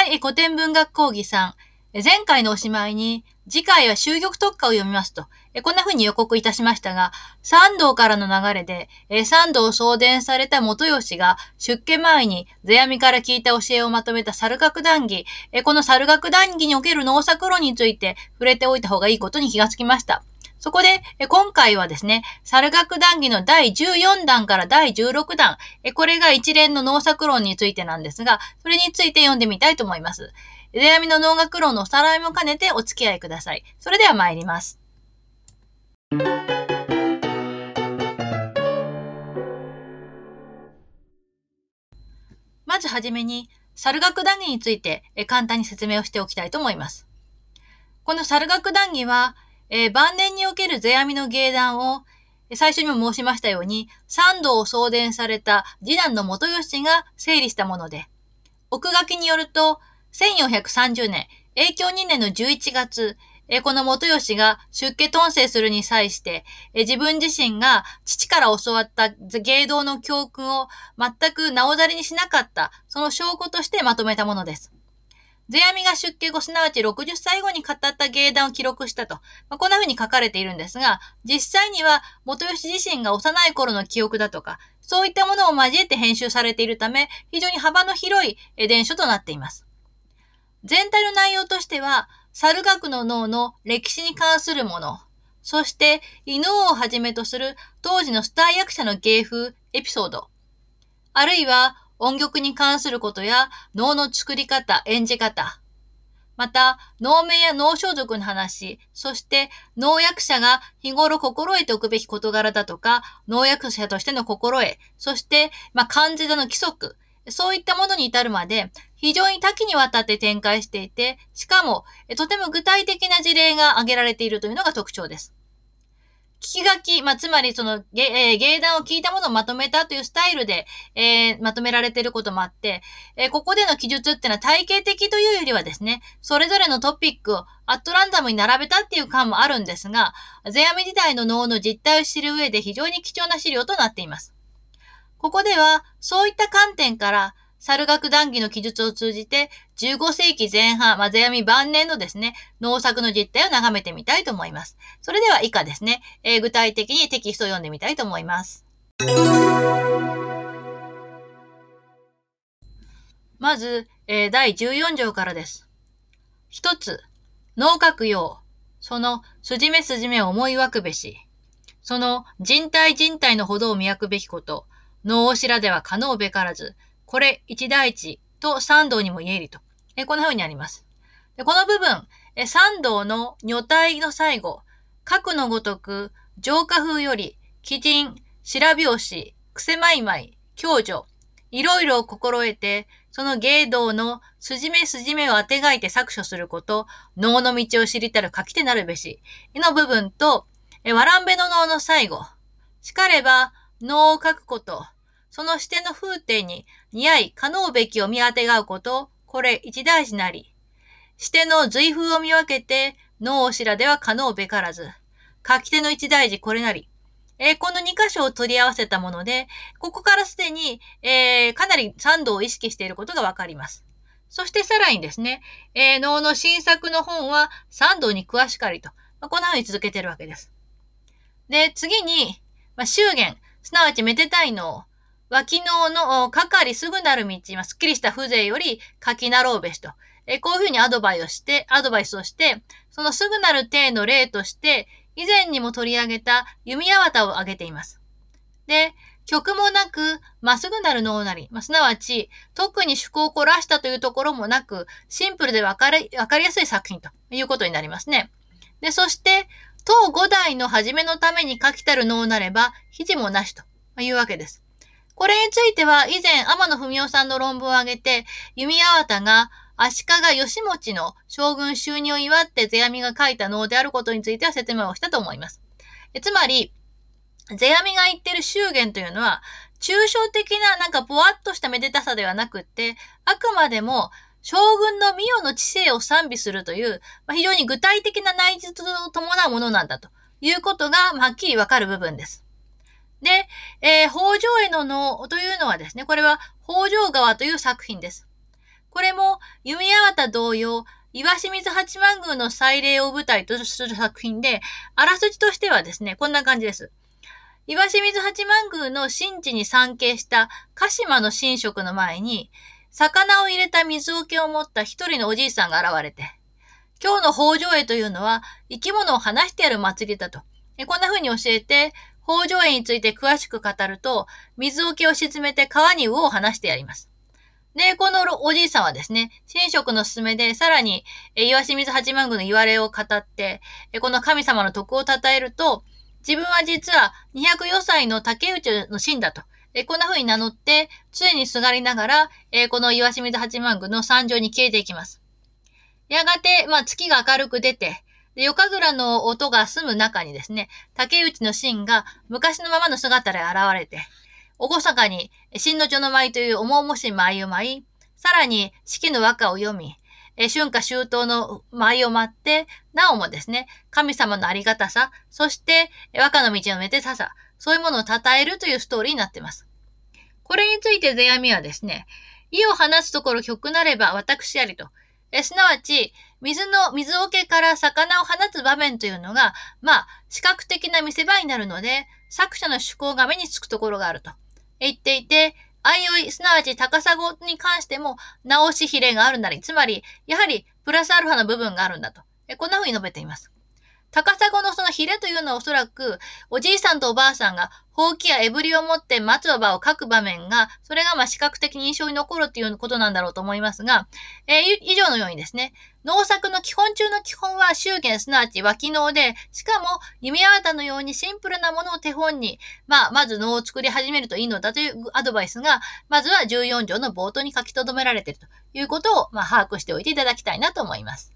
はい、古典文学講義さん。前回のおしまいに、次回は秀玉特化を読みますと、こんな風に予告いたしましたが、三道からの流れで、三道を送電された元吉が出家前に世阿弥から聞いた教えをまとめた猿楽談義、この猿楽談義における農作論について触れておいた方がいいことに気がつきました。そこで、今回はですね、猿楽談義の第14弾から第16弾、これが一連の農作論についてなんですが、それについて読んでみたいと思います。世阿弥の農学論のおさらいも兼ねてお付き合いください。それでは参ります。まずはじめに、猿楽談義について簡単に説明をしておきたいと思います。この猿楽談義は、晩年における世阿弥の芸談を、最初にも申しましたように、三道を送電された次男の元吉が整理したもので、奥書きによると、1430年、永享2年の11月、この元吉が出家頓生するに際して、自分自身が父から教わった芸道の教訓を全くなおざりにしなかった、その証拠としてまとめたものです。世阿弥が出家後、すなわち60歳後に語った芸談を記録したと、こんな風に書かれているんですが、実際には元吉自身が幼い頃の記憶だとか、そういったものを交えて編集されているため、非常に幅の広い伝書となっています。全体の内容としては、猿楽の能の歴史に関するもの、そして犬王をはじめとする当時のスター役者の芸風、エピソード、あるいは音曲に関することや能の作り方、演じ方、また能面や能装束の話、そして能役者が日頃心得ておくべき事柄だとか、能役者としての心得、そして漢字座の規則、そういったものに至るまで非常に多岐にわたって展開していて、しかもとても具体的な事例が挙げられているというのが特徴です。聞き書き、つまりその芸談を聞いたものをまとめたというスタイルで、まとめられていることもあって、ここでの記述っていうのは体系的というよりはですね、それぞれのトピックをアットランダムに並べたっていう感もあるんですが、世阿弥時代の能の実態を知る上で非常に貴重な資料となっています。ここでは、そういった観点から、猿楽談義の記述を通じて、15世紀前半、世阿弥晩年のですね、農作の実態を眺めてみたいと思います。それでは以下ですね、具体的にテキストを読んでみたいと思います。まず、第14条からです。一つ、能書くよう、その筋目筋目を思いわくべし、その人体人体のほどを見分くべきこと、能を知らでは可能べからず、これ一大地と三道にも言えりと。こんな風にあります。この部分、三道の女体の最後、核のごとく、浄化風より、鬼人、白拍子、癖まいまい、共助、いろいろ心得て、その芸道の筋目筋目をあてがいて搾取すること、能の道を知りたる書き手なるべし、の部分と、わらんべの能の最後、しかれば、能を書くこと、その視点の風景に似合い可能べきを見当てがうこと、これ一大事なり。視点の随風を見分けて、能を知らでは可能べからず。書き手の一大事これなり。この2箇所を取り合わせたもので、ここからすでに、かなり三道を意識していることがわかります。そしてさらにですね、能の新作の本は三道に詳しかりと、こんな風に続けているわけです。で、次に、祝言、すなわちめでたい能、脇能のかかりすぐなる道、すっきりした風情より書きなろうべしと。こういうふうにアドバイスをして、そのすぐなる体の例として、以前にも取り上げた弓矢旗を挙げています。で、曲もなく、まっすぐなる能なり、すなわち、特に趣向を凝らしたというところもなく、シンプルでわかりやすい作品ということになりますね。で、そして、当五代の始めのために書きたる能なれば、肘もなしというわけです。これについては、以前、天野文夫さんの論文を挙げて、弓矢旗が足利義持の将軍就任を祝って世阿弥が書いた能であることについては説明をしたと思います。つまり、世阿弥が言っている祝言というのは、抽象的なぼわっとしためでたさではなくって、あくまでも将軍の御代の知性を賛美するという、非常に具体的な内実を伴うものなんだということが、はっきりわかる部分です。で、北条絵の能というのはですね、これは北条川という作品です。これも弓矢幡同様、岩清水八幡宮の祭礼を舞台とする作品で、あらすじとしてはですね、こんな感じです。岩清水八幡宮の神地に参詣した鹿島の神職の前に、魚を入れた水桶を持った一人のおじいさんが現れて、今日の北条会というのは生き物を放してやる祭りだと。こんな風に教えて、北条会について詳しく語ると、水桶を沈めて川に魚を放してやります。で、このおじいさんはですね、神職の勧めで、さらに、岩清水八幡宮の言われを語って、この神様の徳を称えると、自分は実は204歳の竹内の神だと。こんな風に名乗って、常にすがりながら、この岩清水八幡宮の山上に消えていきます。やがて、月が明るく出て、夜神楽の音が澄む中にですね、竹内の神が昔のままの姿で現れて、厳かに神の女の舞という重々しい舞を舞い、さらに四季の和歌を読み、春夏秋冬の舞を舞って、なおもですね、神様のありがたさ、そして和歌の道のめでたさ、そういうものを称えるというストーリーになっています。これについて世阿弥はですね、意を放つところ曲なれば私ありと、すなわち、水桶から魚を放つ場面というのが、視覚的な見せ場になるので、作者の趣向が目につくところがあると言っていて、相生、すなわち高砂に関しても直し比例があるなり、つまり、やはりプラスアルファの部分があるんだと。こんな風に述べています。高砂のそのヒレというのはおそらく、おじいさんとおばあさんが、ほうきやエブリを持って松の葉を描く場面が、それが視覚的に印象に残るっていうことなんだろうと思いますが、以上のようにですね、農作の基本中の基本は祝言すなわち脇能で、しかも弓矢幡のようにシンプルなものを手本に、まず能を作り始めるといいのだというアドバイスが、まずは14条の冒頭に書き留められているということを、把握しておいていただきたいなと思います。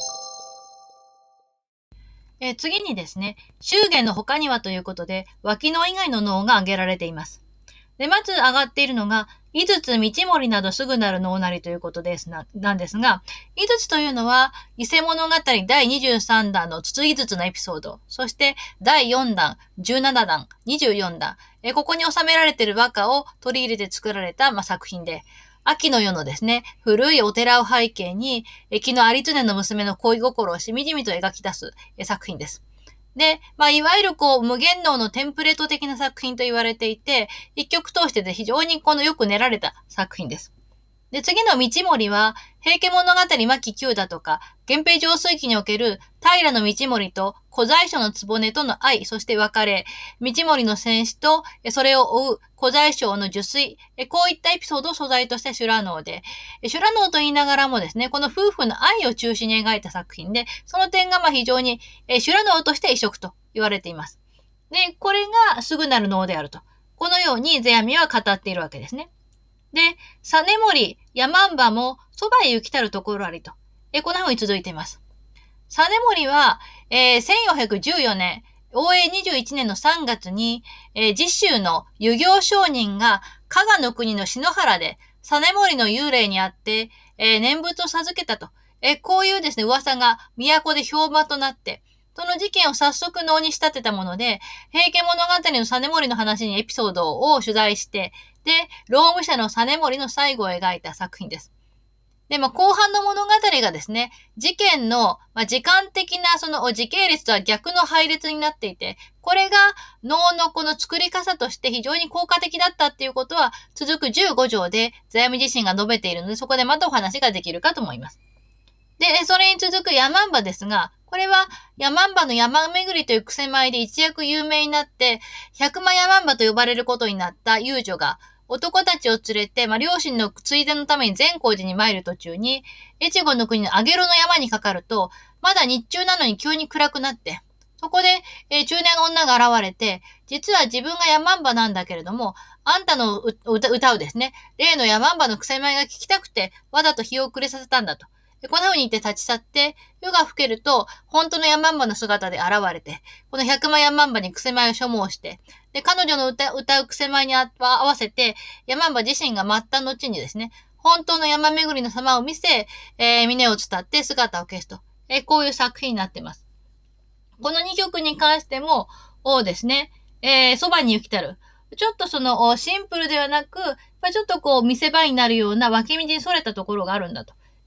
次にですね、祝言の他にはということで、脇能以外の能が挙げられています。で、まず上がっているのが、井筒道盛などすぐなる能なりということなんですが、井筒というのは、伊勢物語第23弾の筒井筒のエピソード、そして第4弾、17弾、24弾、ここに収められている和歌を取り入れて作られた、作品で、秋の夜のですね、古いお寺を背景に、昨日有常の娘の恋心をしみじみと描き出す作品です。で、いわゆる無限能のテンプレート的な作品と言われていて、一曲通してで非常によく練られた作品です。で、次の道盛は、平家物語末期9だとか、源平上水記における平道盛と小宰相の局との愛、そして別れ、道盛の戦死と、それを追う小宰相の受水、こういったエピソードを素材とした修羅能で、修羅能と言いながらもですね、この夫婦の愛を中心に描いた作品で、その点が非常に、修羅能として異色と言われています。で、これがすぐなる能であると。このように世阿弥は語っているわけですね。で、実盛、山んばも、そばへ行きたるところありと。こんな風に続いています。実盛は、1414年、応永21年の3月に、次州の遊行商人が、加賀の国の篠原で、実盛の幽霊にあって、念仏を授けたと。こういうですね、噂が都で評判となって、その事件を早速能に仕立てたもので、平家物語の実盛の話にエピソードを取材して、で、労務者の実盛の最後を描いた作品です。で、後半の物語がですね、事件の、時間的なその時系列とは逆の配列になっていて、これが能のこの作り方として非常に効果的だったっていうことは、続く15条で世阿弥自身が述べているので、そこでまたお話ができるかと思います。で、それに続く山んばですが、これは山んばの山巡りという癖前で一躍有名になって、百万山んばと呼ばれることになった遊女が、男たちを連れて、両親のついでのために善光寺に参る途中に、越後の国の上げろの山にかかると、まだ日中なのに急に暗くなって、そこで、中年の女が現れて、実は自分が山んばなんだけれども、あんたの歌をですね、例の山んばの癖前が聞きたくて、わざと日を暮れさせたんだと。こんな風に言って立ち去って、夜が更けると、本当の山んばの姿で現れて、この百万山んばに癖前を所望して、で、彼女の歌う癖前に合わせて、山んば自身が末端の地にですね、本当の山巡りの様を見せ、峰を伝って姿を消すと。こういう作品になっています。この2曲に関しても、ですね、そばに行きたる。ちょっとシンプルではなく、ちょっと見せ場になるような脇道に逸れたところがあるんだと。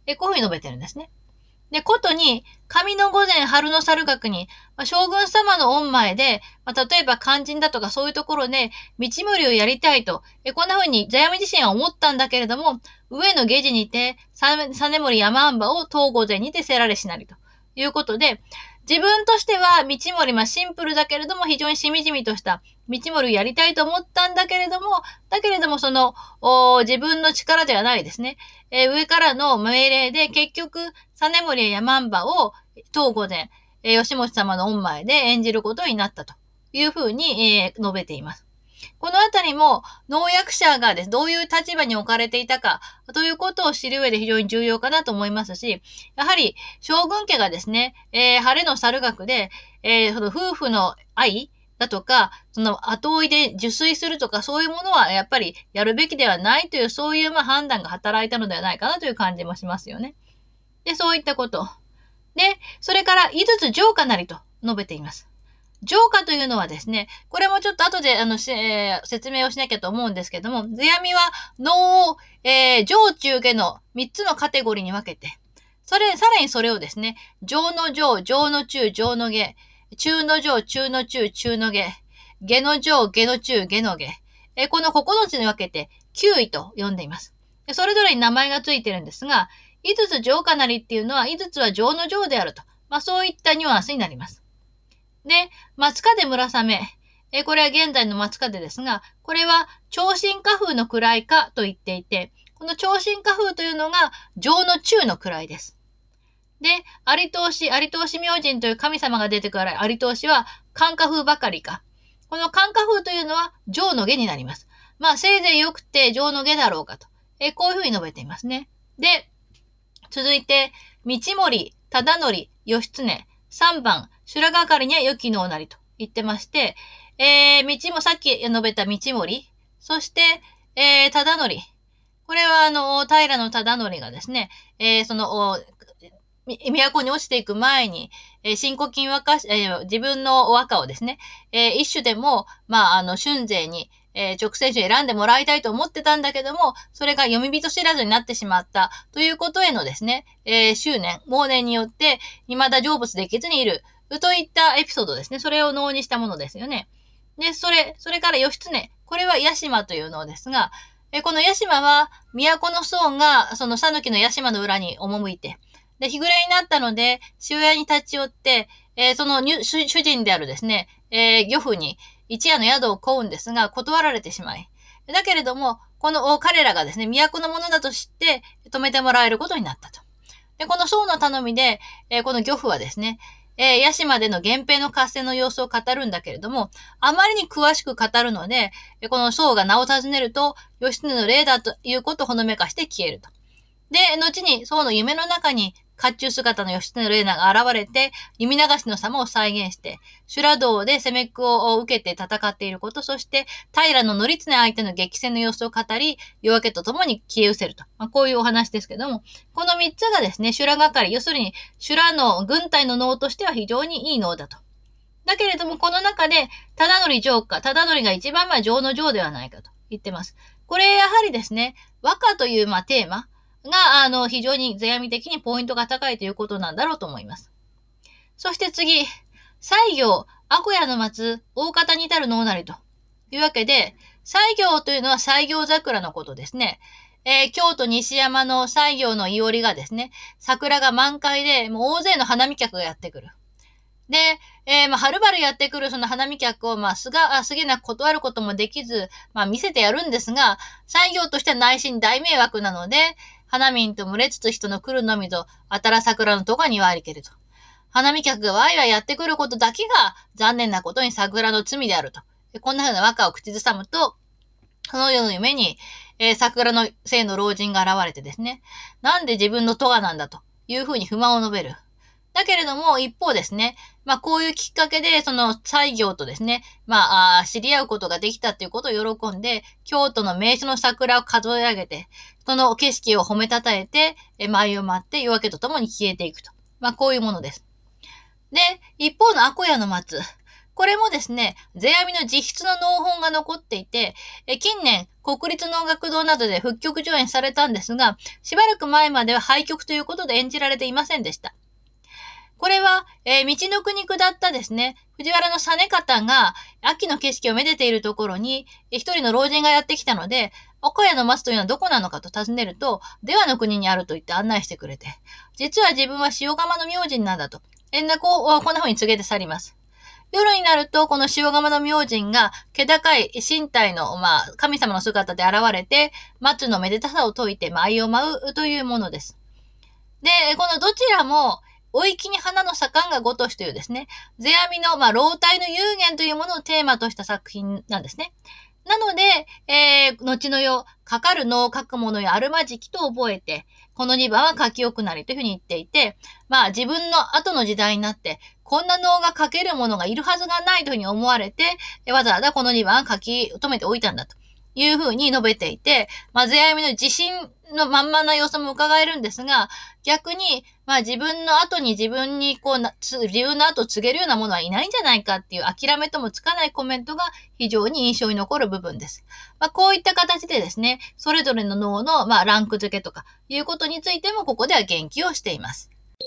こういうふうに述べてるんですね。で、ことに、上の御前春の猿楽に、将軍様の御前で、例えば肝心だとかそういうところで、道盛りをやりたいと、こんな風に座山自身は思ったんだけれども、上の下地にて、実盛山んばを東御前にてせられしなりということで、自分としては道盛り、シンプルだけれども非常にしみじみとした道盛りをやりたいと思ったんだけれども、その、自分の力ではないですね。上からの命令で結局、実盛や山姥を東御前、吉本様の御前で演じることになったというふうに、述べています。このあたりも、能役者がです、どういう立場に置かれていたか、ということを知る上で非常に重要かなと思いますし、やはり、将軍家がですね、晴れの猿楽で、その夫婦の愛だとか、その後追いで受水するとか、そういうものはやっぱりやるべきではないという、そういう判断が働いたのではないかなという感じもしますよね。で、そういったこと。で、それから、井筒城下なりと述べています。城下というのはですね、これもちょっと後で説明をしなきゃと思うんですけども、世阿弥は能を、上中下の3つのカテゴリーに分けて、さらにそれをですね、上の上、上の中、上の下、中の上、中の中、中の下、下の上、下の中、下の下、この9つに分けて9位と呼んでいます。それぞれに名前がついてるんですが、井筒城下なりっていうのは、井筒は上の上であると。そういったニュアンスになります。で、松風村雨。これは現在の松風ですが、これは長身花風の位かと言っていて、この長身花風というのが上の中の位です。で、有通明神という神様が出てくる有通は寒花風ばかりか。この寒花風というのは上の下になります。せいぜい良くて上の下だろうかと。こういうふうに述べていますね。で、続いて、道盛、忠則、義経、3番、修羅がかりには良き能なりと言ってまして、道もさっき述べた道盛、そして、忠則。これは、平忠則がですね、都に落ちていく前に、新古今和歌、自分の和歌をですね、一種でも、春勢に、直選手選んでもらいたいと思ってたんだけども、それが読み人知らずになってしまったということへのですね、執念、妄念によって、未だ成仏できずにいる、といったエピソードですね。それを能にしたものですよね。で、それから義経。これは八島という能ですが、この八島は、都の僧が、その讃岐の八島の裏に赴いて、で、日暮れになったので、塩屋に立ち寄って、その主人であるですね、漁夫に一夜の宿を請うんですが、断られてしまい。だけれども、この彼らがですね、都のものだと知って、止めてもらえることになったと。で、この僧の頼みで、この漁夫はですね、八島での源平の合戦の様子を語るんだけれども、あまりに詳しく語るので、この僧が名を尋ねると、義経の霊だということをほのめかして消えると。で、後に僧の夢の中に甲冑姿の義経の霊が現れて、弓流しの様を再現して、修羅道で攻めくを受けて戦っていること、そして平の則常相手の激戦の様子を語り、夜明けとともに消え失せると。こういうお話ですけども、この3つがですね、修羅係、要するに修羅の軍隊の能としては非常にいい能だと。だけれども、この中で、忠則城下、忠則が一番上の城ではないかと言ってます。これ、やはりですね、和歌というテーマ、が、非常に世阿弥的にポイントが高いということなんだろうと思います。そして次、西行、アコヤの松、大方に至る能なりというわけで、西行というのは西行桜のことですね。京都西山の西行のいおりがですね、桜が満開で、もう大勢の花見客がやってくる。で、はるばるやってくるその花見客を、すげなく断ることもできず、見せてやるんですが、西行としては内心大迷惑なので、花見と群れつつ人の来るのみと、あたら桜のとかにはありけると。花見客がワイワイやってくることだけが残念なことに桜の罪であると。こんな風な和歌を口ずさむと、その夜の夢に、桜の聖の老人が現れてですね、なんで自分の咎なんだという風に不満を述べる。だけれども、一方ですね、こういうきっかけで、その西行とですね、知り合うことができたっていうことを喜んで、京都の名所の桜を数え上げて、その景色を褒めたたえて、舞を舞って夜明けとともに消えていくと。こういうものです。で、一方のアコヤの松。 これもですね、世阿弥の自筆の農本が残っていて、近年、国立能楽堂などで復曲上演されたんですが、しばらく前までは廃曲ということで演じられていませんでした。これは、道の国下ったですね、藤原の実方が秋の景色をめでているところに、一人の老人がやってきたので、岡谷の松というのはどこなのかと尋ねると、出羽の国にあると言って案内してくれて、実は自分は塩釜の明神なんだと、こんな風に告げて去ります。夜になると、この塩釜の明神が、気高い身体の、神様の姿で現れて、松のめでたさを説いて舞を舞うというものです。で、このどちらも、お粋に花の盛んがごとしというですね、世阿弥の、老体の幽玄というものをテーマとした作品なんですね。なので、後の世、かかる能を書くものやあるまじきと覚えて、この2番は書き置くなりというふうに言っていて、自分の後の時代になって、こんな能が書けるものがいるはずがないというふうに思われて、わざわざこの2番書き留めておいたんだというふうに述べていて、世阿弥の自信のまんまな様子も伺えるんですが、逆に、自分の後に自分に自分の後を告げるようなものはいないんじゃないかっていう諦めともつかないコメントが非常に印象に残る部分です。こういった形でですね、それぞれの脳の、ランク付けとかいうことについてもここでは言及をしています。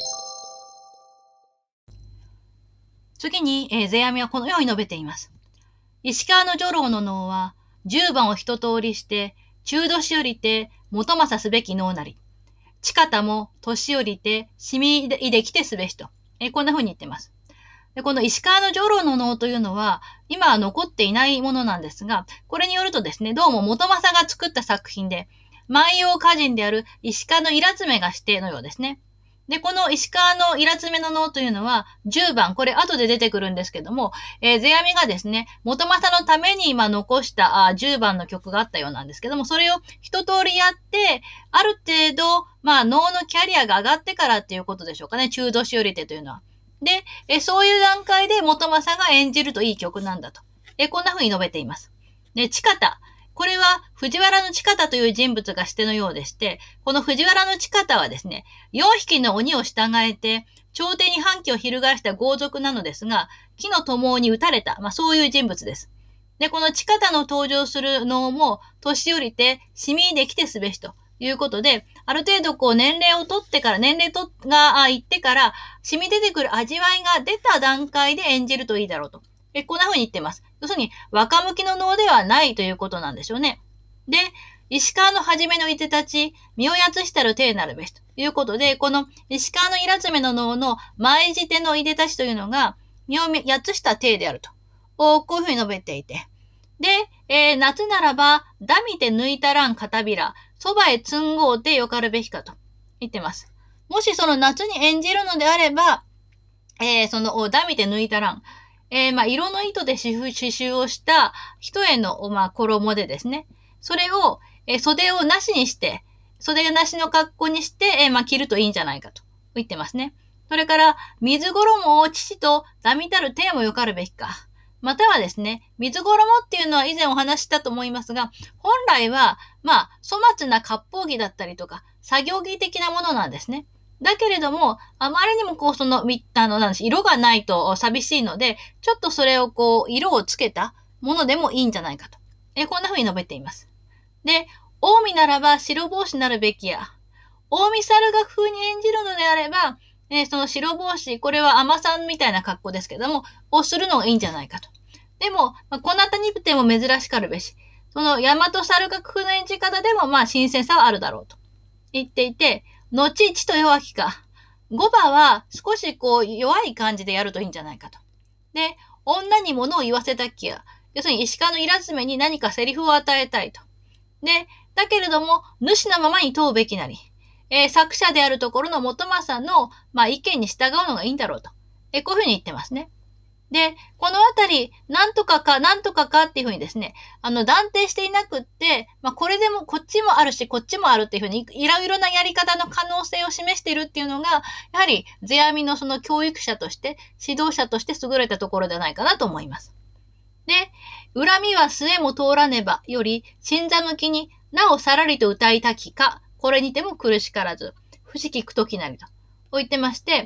次に、世阿弥はこのように述べています。石川の女郎の能は、10番を一通りして、中年よりて、元正すべき能なり。近田も年よりて、しみいできてすべしと。こんな風に言ってます。で、この石川の女郎の能というのは、今は残っていないものなんですが、これによるとですね、どうも元正が作った作品で、万葉歌人である石川のイラツメが指定のようですね。で、この石川のイラツメの能というのは、10番、これ後で出てくるんですけども、世阿弥がですね、元正のために今残した10番の曲があったようなんですけども、それを一通りやって、ある程度、能のキャリアが上がってからっていうことでしょうかね、中年寄り手というのは。で、そういう段階で元正が演じるといい曲なんだと。こんな風に述べています。で、近田。これは藤原の近田という人物がしてのようでして、この藤原の近田はですね、4匹の鬼を従えて、朝廷に反旗を翻した豪族なのですが、木の友に撃たれた、そういう人物です。で、この近田の登場するのも、年寄りて、しみできてすべしということで、ある程度年齢を取ってから、がいってから、染み出てくる味わいが出た段階で演じるといいだろうと。こんな風に言ってます。要するに、若向きの能ではないということなんでしょうね。で、石川の初めのいてたち、身をやつしたる体なるべしということで、この石川のいらつめの能の前じてのいでたちというのが、身をやつした体であると。こういうふうに述べていて。で、夏ならば、だみて抜いたらん片びら、そばへつんごうてよかるべきかと言ってます。もしその夏に演じるのであれば、その、だみて抜いたらん。色の糸で刺繍をした一重の、衣でですね。それを、袖をなしにして、袖なしの格好にして、着るといいんじゃないかと言ってますね。それから、水衣を父とだみたる手もよかるべきか。またはですね、水衣っていうのは以前お話ししたと思いますが、本来は、粗末な割烹着だったりとか、作業着的なものなんですね。だけれども、あまりにも色がないと寂しいので、ちょっとそれを色をつけたものでもいいんじゃないかと。こんな風に述べています。で、近江ならば白帽子なるべきや。近江猿楽風に演じるのであれば、その白帽子、これは尼さんみたいな格好ですけども、をするのがいいんじゃないかと。でも、こなたにても珍しかるべし。その大和猿楽風の演じ方でも、新鮮さはあるだろうと言っていて、後一と弱きか。5番は少し弱い感じでやるといいんじゃないかと。で、女に物を言わせたきや。要するに石川のいらつめに何かセリフを与えたいと。で、だけれども、主のままに問うべきなり。作者であるところの元政の、意見に従うのがいいんだろうと。こういうふうに言ってますね。で、このあたり、なんとかかっていうふうにですね、断定していなくって、これでもこっちもあるし、こっちもあるっていうふうに、いろいろなやり方の可能性を示しているっていうのが、やはり、世阿弥のその教育者として、指導者として優れたところではないかなと思います。で、恨みは末も通らねば、より、新座向きになおさらりと歌いたきか、これにても苦しからず、不思議くときなりと、言ってまして、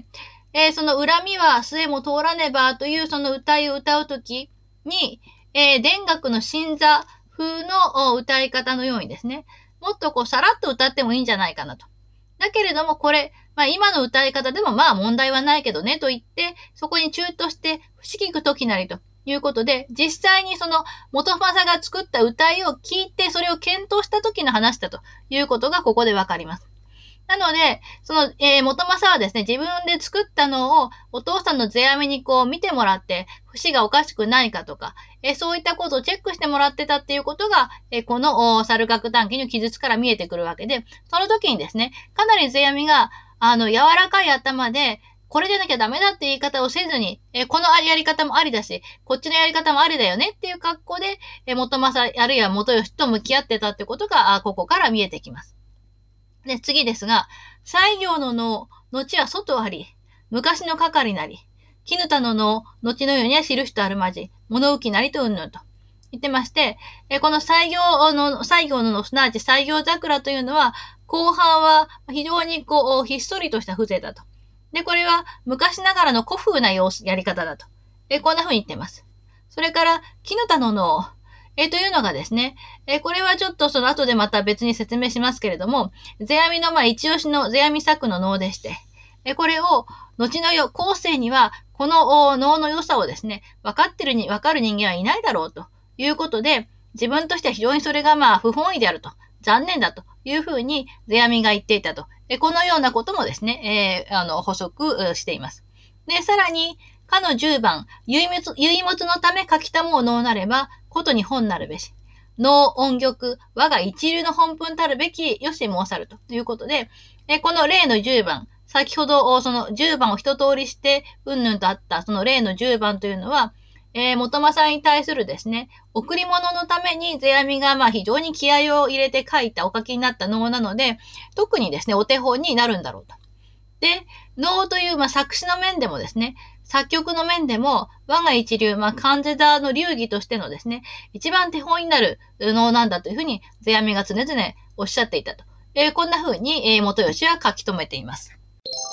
その恨みは末も通らねばというその歌いを歌うときに、田楽の新座風の歌い方のようにですね、もっとこうさらっと歌ってもいいんじゃないかなと。だけれどもこれ、今の歌い方でも問題はないけどねと言って、そこに中途して不思議く時なりということで、実際にその元政が作った歌いを聞いてそれを検討した時の話だということがここでわかります。なので、その、元政はですね、自分で作ったのをお父さんの世阿弥にこう見てもらって、節がおかしくないかとか、そういったことをチェックしてもらってたっていうことが、この猿楽談義の記述から見えてくるわけで、その時にですね、かなり世阿弥が、柔らかい頭で、これじゃなきゃダメだって言い方をせずに、このやり方もありだし、こっちのやり方もありだよねっていう格好で、元政あるいは元義と向き合ってたってことが、ここから見えてきます。で、次ですが、西行の能、後は外あり、昔の係なり、絹田の能、後のようには知る人あるまじ、物浮きなりとうんぬんと言ってまして、この西行の能、すなわち西行桜というのは、後半は非常にこう、ひっそりとした風情だと。で、これは昔ながらの古風なやり方だと。こんな風に言ってます。それから、絹田の能、というのがですね、これはちょっとその後でまた別に説明しますけれども、世阿弥の一押しの世阿弥作の能でして、これを後の後世にはこの能の良さをですね、わかる人間はいないだろうということで、自分としては非常にそれが不本意であると、残念だというふうに世阿弥が言っていたと。このようなこともですね、補足しています。で、さらに、かの10番、唯物のため書きたもう能なれば、ことに本なるべし。能音曲、我が一流の本文たるべき、よし申さるということで、この例の10番、先ほどその10番を一通りして、うんぬんとあった、その例の10番というのは、元政に対するですね、贈り物のために世阿弥が非常に気合を入れて書いたお書きになった能なので、特にですね、お手本になるんだろうと。で、能という作詞の面でもですね、作曲の面でも、我が一流、関世座の流儀としてのですね、一番手本になる能なんだというふうに、世阿弥が常々おっしゃっていたと。こんな風に、元吉は書き留めています。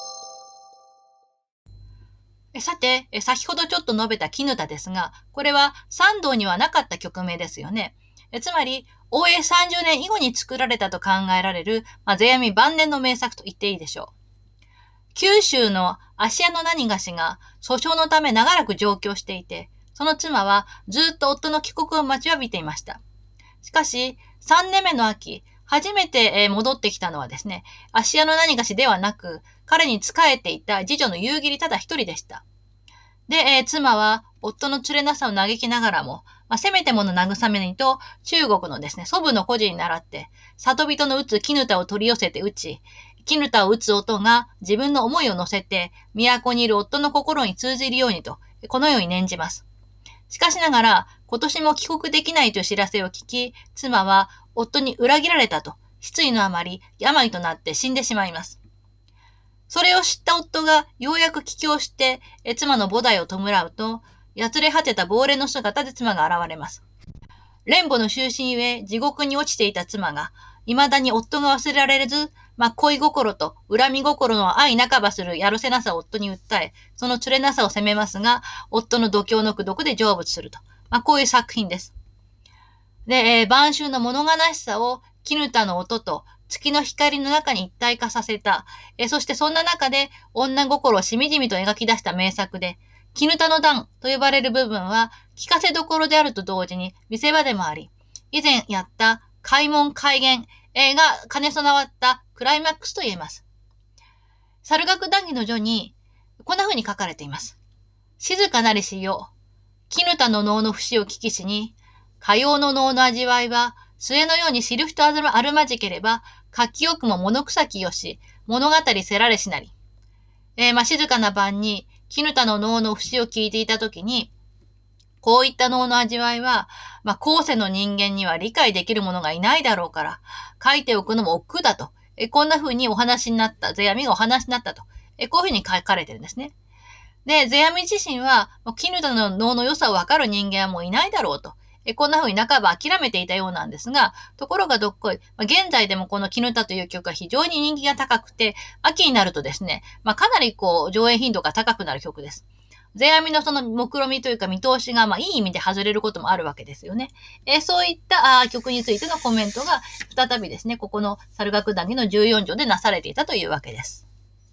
さて、先ほどちょっと述べた絹田ですが、これは三道にはなかった曲名ですよね。つまり、応永30年以後に作られたと考えられる、世阿弥晩年の名作と言っていいでしょう。九州の芦屋の何がしが訴訟のため長らく上京していて、その妻はずっと夫の帰国を待ちわびていました。しかし、3年目の秋、初めて戻ってきたのはですね、芦屋の何がしではなく、彼に仕えていた次女の夕霧ただ一人でした。で、妻は夫の連れなさを嘆きながらも、せめてもの慰めにと、中国のですね、祖母の孤児に習って、里人の打つ絹田を取り寄せて打ち、絹田を打つ音が自分の思いを乗せて、都にいる夫の心に通じるようにと、このように念じます。しかしながら、今年も帰国できないという知らせを聞き、妻は夫に裏切られたと、失意のあまり病となって死んでしまいます。それを知った夫がようやく帰郷して、妻の菩提を弔うと、やつれ果てた亡霊の姿で妻が現れます。蓮母の終身ゆえ地獄に落ちていた妻が、未だに夫が忘れられず、恋心と恨み心の相半ばするやるせなさを夫に訴え、その連れなさを責めますが、夫の度胸の功徳で成仏すると。こういう作品です。で、晩秋の物悲しさを、絹田の音と月の光の中に一体化させた。そしてそんな中で女心をしみじみと描き出した名作で、絹田の段と呼ばれる部分は聞かせどころであると同時に見せ場でもあり、以前やった開門開元が兼ね備わったクライマックスと言えます。猿楽談義の序にこんな風に書かれています。静かなりしよう。絹田の能の節を聞きしに、かようの能の味わいは、末のように知る人あるまじければ、書きよくも物臭きよし、物語せられしなり。静かな晩に、絹田の能の節を聞いていたときに、こういった能の味わいは、後世の人間には理解できる者がいないだろうから、書いておくのも億劫だと。こんな風にお話になった、世阿弥がお話になったと。こういう風に書かれてるんですね。で、世阿弥自身は、絹田の能の良さをわかる人間はもういないだろうと。 こんな風に半ば諦めていたようなんですが、ところがどっこい、現在でもこの絹田という曲は非常に人気が高くて、秋になるとですね、かなり上映頻度が高くなる曲です。世阿弥のその目論見みというか見通しが、いい意味で外れることもあるわけですよね。そういった曲についてのコメントが再びですね、ここの猿楽談義の14条でなされていたというわけです。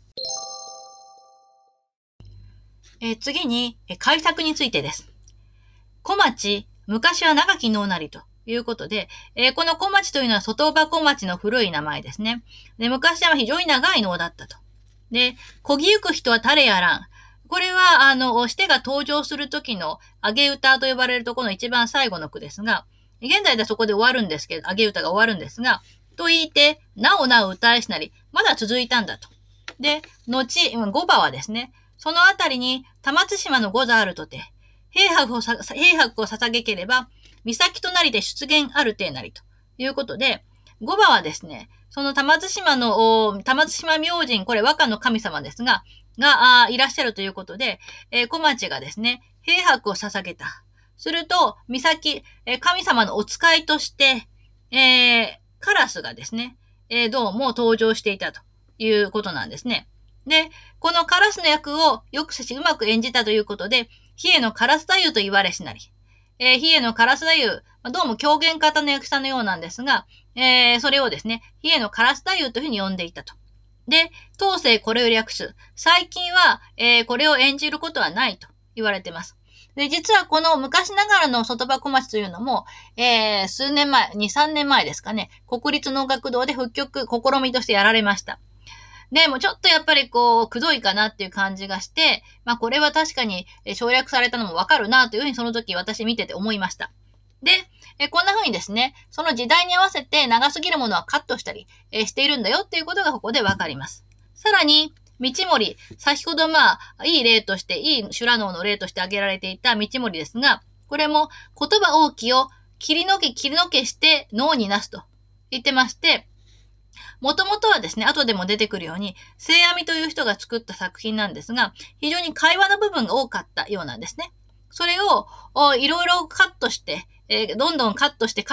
次に、改作についてです。小町、昔は長き能なりということで、この小町というのは外場小町の古い名前ですね。で、昔は非常に長い能だったと。で、こぎゆく人は誰やらん。これは、シテが登場する時の上げ歌と呼ばれるところの一番最後の句ですが、現在ではそこで終わるんですけど、上げ歌が終わるんですが、と言いて、なおなお歌えしなり、まだ続いたんだと。で、後、五場はですね、そのあたりに、玉津島の五座あるとて、兵白を捧げければ、岬となりで出現あるてなりということで、五場はですね、その玉津島明神、これ和歌の神様ですが、いらっしゃるということで、小町がですね、兵白を捧げた。すると、岬、神様のお使いとして、カラスがですね、どうも登場していたということなんですね。で、このカラスの役をよくうまく演じたということで、比叡のカラス太夫と言われしなり。比叡のカラス太夫、どうも狂言方の役者のようなんですが、それをですね、比叡のカラス太夫というふうに呼んでいたと。で、当世これを略す。最近は、これを演じることはないと言われています。で、実はこの昔ながらの外場小町というのも、数年前、2、3年前ですかね、国立能楽堂で復曲、試みとしてやられました。で、もうちょっとやっぱりくどいかなっていう感じがして、これは確かに省略されたのもわかるなというふうにその時私見てて思いました。で、こんな風にですね、その時代に合わせて長すぎるものはカットしたり、しているんだよっていうことがここでわかります。さらに、道盛、先ほどいい例として、いい修羅能の例として挙げられていた道盛ですが、これも言葉大きを切りのけして脳になすと言ってまして、もともとはですね、後でも出てくるように、世阿弥という人が作った作品なんですが、非常に会話の部分が多かったようなんですね。それをいろいろカットして、どんどんカットして、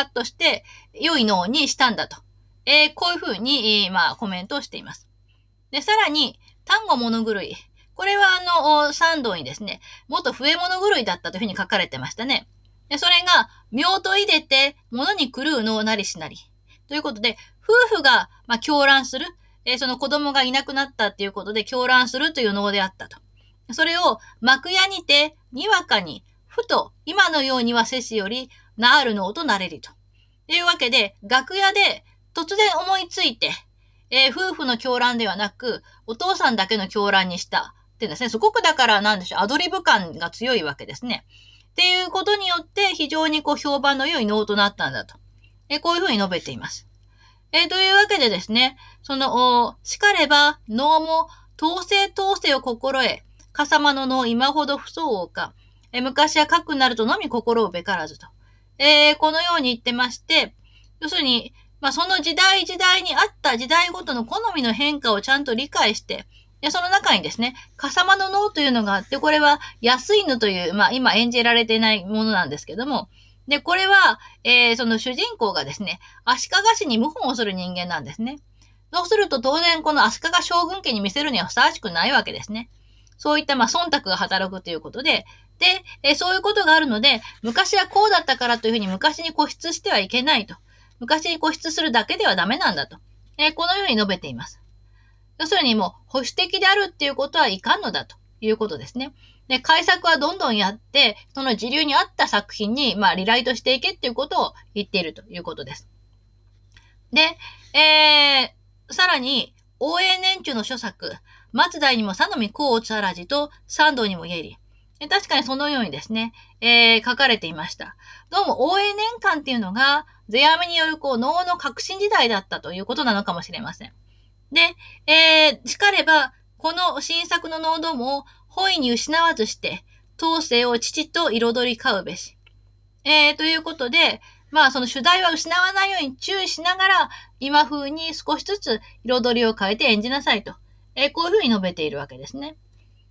良い脳にしたんだと。こういうふうに、コメントをしています。で、さらに、単語物狂い。これは三道にですね、元笛物狂いだったというふうに書かれてましたね。で、それが、妙と入れて、物に狂う脳なりしなり。ということで、夫婦が、狂乱する。その子供がいなくなったっていうことで狂乱するという能であったと。それを、幕屋にて、にわかに、ふと、今のようにはせしより、なある能となれりと。というわけで、楽屋で突然思いついて、夫婦の狂乱ではなく、お父さんだけの狂乱にしたってですね、すごくだからなんでしょう、アドリブ感が強いわけですね。っていうことによって非常に評判の良い能となったんだと。こういうふうに述べています。というわけでですね、しかれば、能も、統制を心得、笠間の能今ほど不相応か、昔はかくなるとのみ心をべからずと。このように言ってまして、要するに、その時代にあった時代ごとの好みの変化をちゃんと理解して、その中にですね、笠間の能というのがあって、これは安犬という、今演じられていないものなんですけども、で、これは、その主人公がですね、足利氏に謀反をする人間なんですね。そうすると当然この足利将軍家に見せるにはふさわしくないわけですね。そういった忖度が働くということで、で、そういうことがあるので、昔はこうだったからというふうに昔に固執してはいけないと。昔に固執するだけではダメなんだと。このように述べています。要するにもう保守的であるっていうことはいかんのだということですね。で、改作はどんどんやって、その時流に合った作品に、リライトしていけっていうことを言っているということです。で、さらに、応永年中の諸作、松代にも佐野見光津あらじと三道にも言えり。確かにそのようにですね、書かれていました。どうも応永年間っていうのが、世阿弥による能の革新時代だったということなのかもしれません。で、しかれば、この新作の能どもを本意に失わずして、当世を父と彩り交うべし。ということで、その主題は失わないように注意しながら、今風に少しずつ彩りを変えて演じなさいと。こういうふうに述べているわけですね。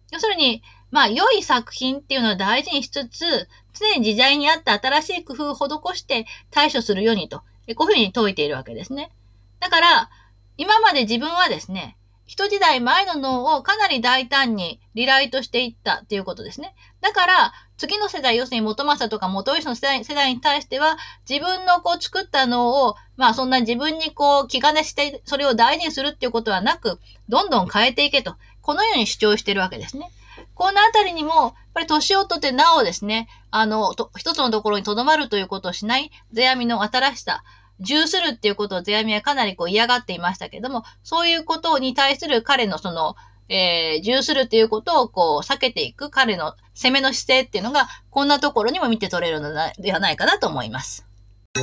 要するに、良い作品っていうのを大事にしつつ、常に時代に合った新しい工夫を施して対処するようにと、こういうふうに説いているわけですね。だから、今まで自分はですね、一時代前の脳をかなり大胆にリライトしていったっていうことですね。だから、次の世代、要するに元政とか元吉の世代に対しては、自分の作った脳を、そんな自分に気兼ねして、それを大事にするっていうことはなく、どんどん変えていけと、このように主張しているわけですね。このあたりにも、やっぱり年をとってなおですね、一つのところに留まるということをしない、世阿弥の新しさ、重するっていうことを世阿弥はかなり嫌がっていましたけども、そういうことに対する彼の重するっていうことを避けていく彼の攻めの姿勢っていうのが、こんなところにも見て取れるのではないかなと思います。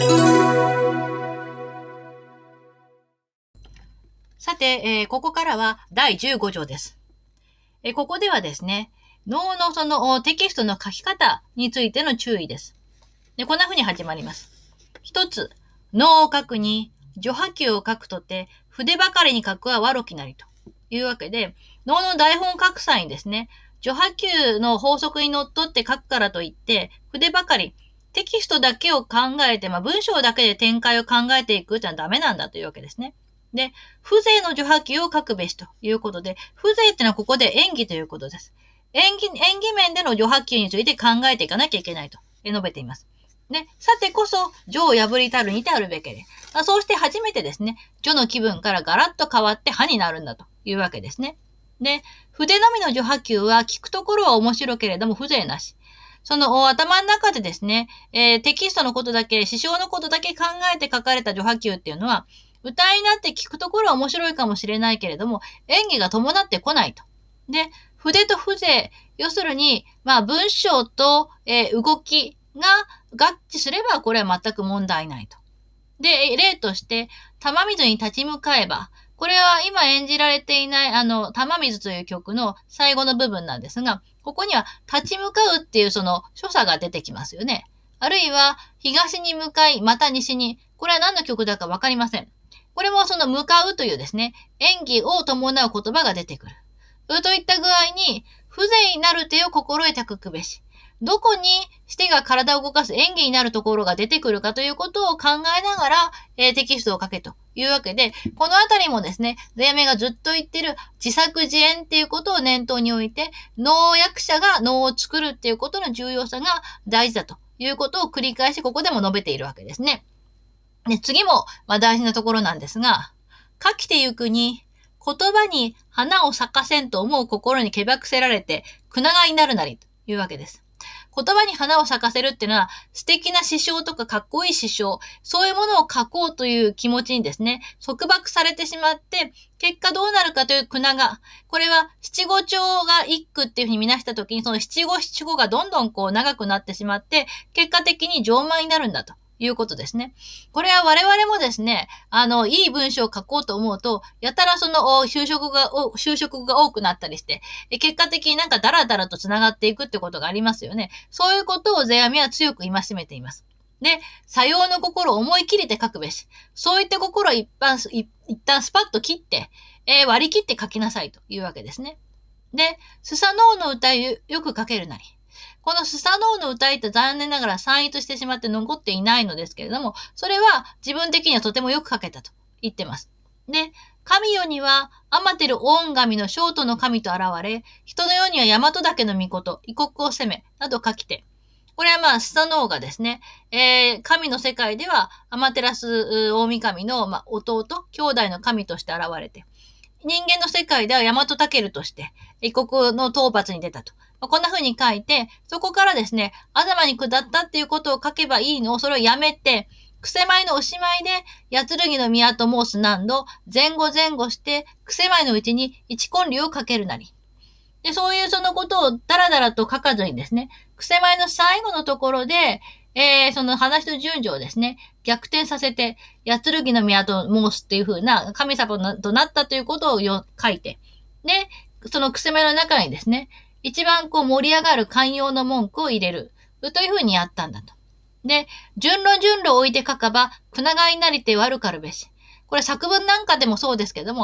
さて、ここからは第15条です。ここではですね、能のテキストの書き方についての注意です。で、こんな風に始まります。一つ、能を書くに、序波球を書くとて、筆ばかりに書くは悪きなりというわけで、能の台本を書く際にですね、序波球の法則にのっとって書くからといって、筆ばかり、テキストだけを考えて、文章だけで展開を考えていくってのはダメなんだというわけですね。で、風情の序波球を書くべしということで、風情ってのはここで演技ということです。演技面での序波球について考えていかなきゃいけないと述べています。ね、さてこそ、序を破りたるにてあるべけで。そうして初めてですね、序の気分からガラッと変わって歯になるんだというわけですね。で、筆のみの序波球は聞くところは面白けれども風情なし。その頭の中でですね、テキストのことだけ、詩章のことだけ考えて書かれた序波球っていうのは、歌になって聞くところは面白いかもしれないけれども、演技が伴ってこないと。で、筆と風情、要するに、文章と、動きが合致すれば、これは全く問題ないと。で、例として、玉水に立ち向かえば、これは今演じられていない、玉水という曲の最後の部分なんですが、ここには立ち向かうっていうその所作が出てきますよね。あるいは、東に向かい、また西に。これは何の曲だかわかりません。これもその向かうというですね、演技を伴う言葉が出てくる。といった具合に、風情になる手を心得たくくべし。どこにしてが体を動かす演技になるところが出てくるかということを考えながら、テキストを書けというわけで、このあたりもですね、世阿弥がずっと言ってる自作自演っていうことを念頭に置いて、能役者が能を作るっていうことの重要さが大事だということを繰り返しここでも述べているわけですね。で、次も、大事なところなんですが、書きてゆくに、言葉に花を咲かせんと思う心にけばくせられて、くながになるなりというわけです。言葉に花を咲かせるっていうのは、素敵な詩章とかかっこいい詩章、そういうものを書こうという気持ちにですね、束縛されてしまって、結果どうなるかというくなが、これは七五調が一句っていうふうに見なしたときに、その七五がどんどん長くなってしまって、結果的に上満になるんだと。いうことですね。これは我々もですね、いい文章を書こうと思うと、やたらその修飾が多くなったりして、結果的になんかダラダラと繋がっていくってことがありますよね。そういうことを世阿弥は強く戒めています。で、さようの心を思い切りて書くべし。そういった心を一旦スパッと切って、割り切って書きなさいというわけですね。で、スサノオの歌よく書けるなり。このスサノオの歌いって残念ながら散逸してしまって残っていないのですけれども、それは自分的にはとてもよく書けたと言ってます。で、神代には、アマテルオン神のショートの神と現れ、人の世には大和岳の御事、異国を攻め、など書きて。これはスサノオがですね、神の世界では、アマテラス大神の、弟、兄弟の神として現れて、人間の世界では大和武として、異国の討伐に出たと。こんな風に書いて、そこからですね、東に下ったっていうことを書けばいいのを、それをやめて、くせまいのおしまいで、八剣の宮と申す難度、前後して、くせまいのうちに一根流をかけるなり。で、そういうそのことをダラダラと書かずにですね、くせまいの最後のところで、その話の順序をですね、逆転させて、八剣の宮と申すっていう風な神様となったということを書いて、で、そのくせまいの中にですね、一番盛り上がる寛容の文句を入れる。という風にやったんだと。で、順路を置いて書かば、くながいなりて悪かるべし。これ作文なんかでもそうですけども、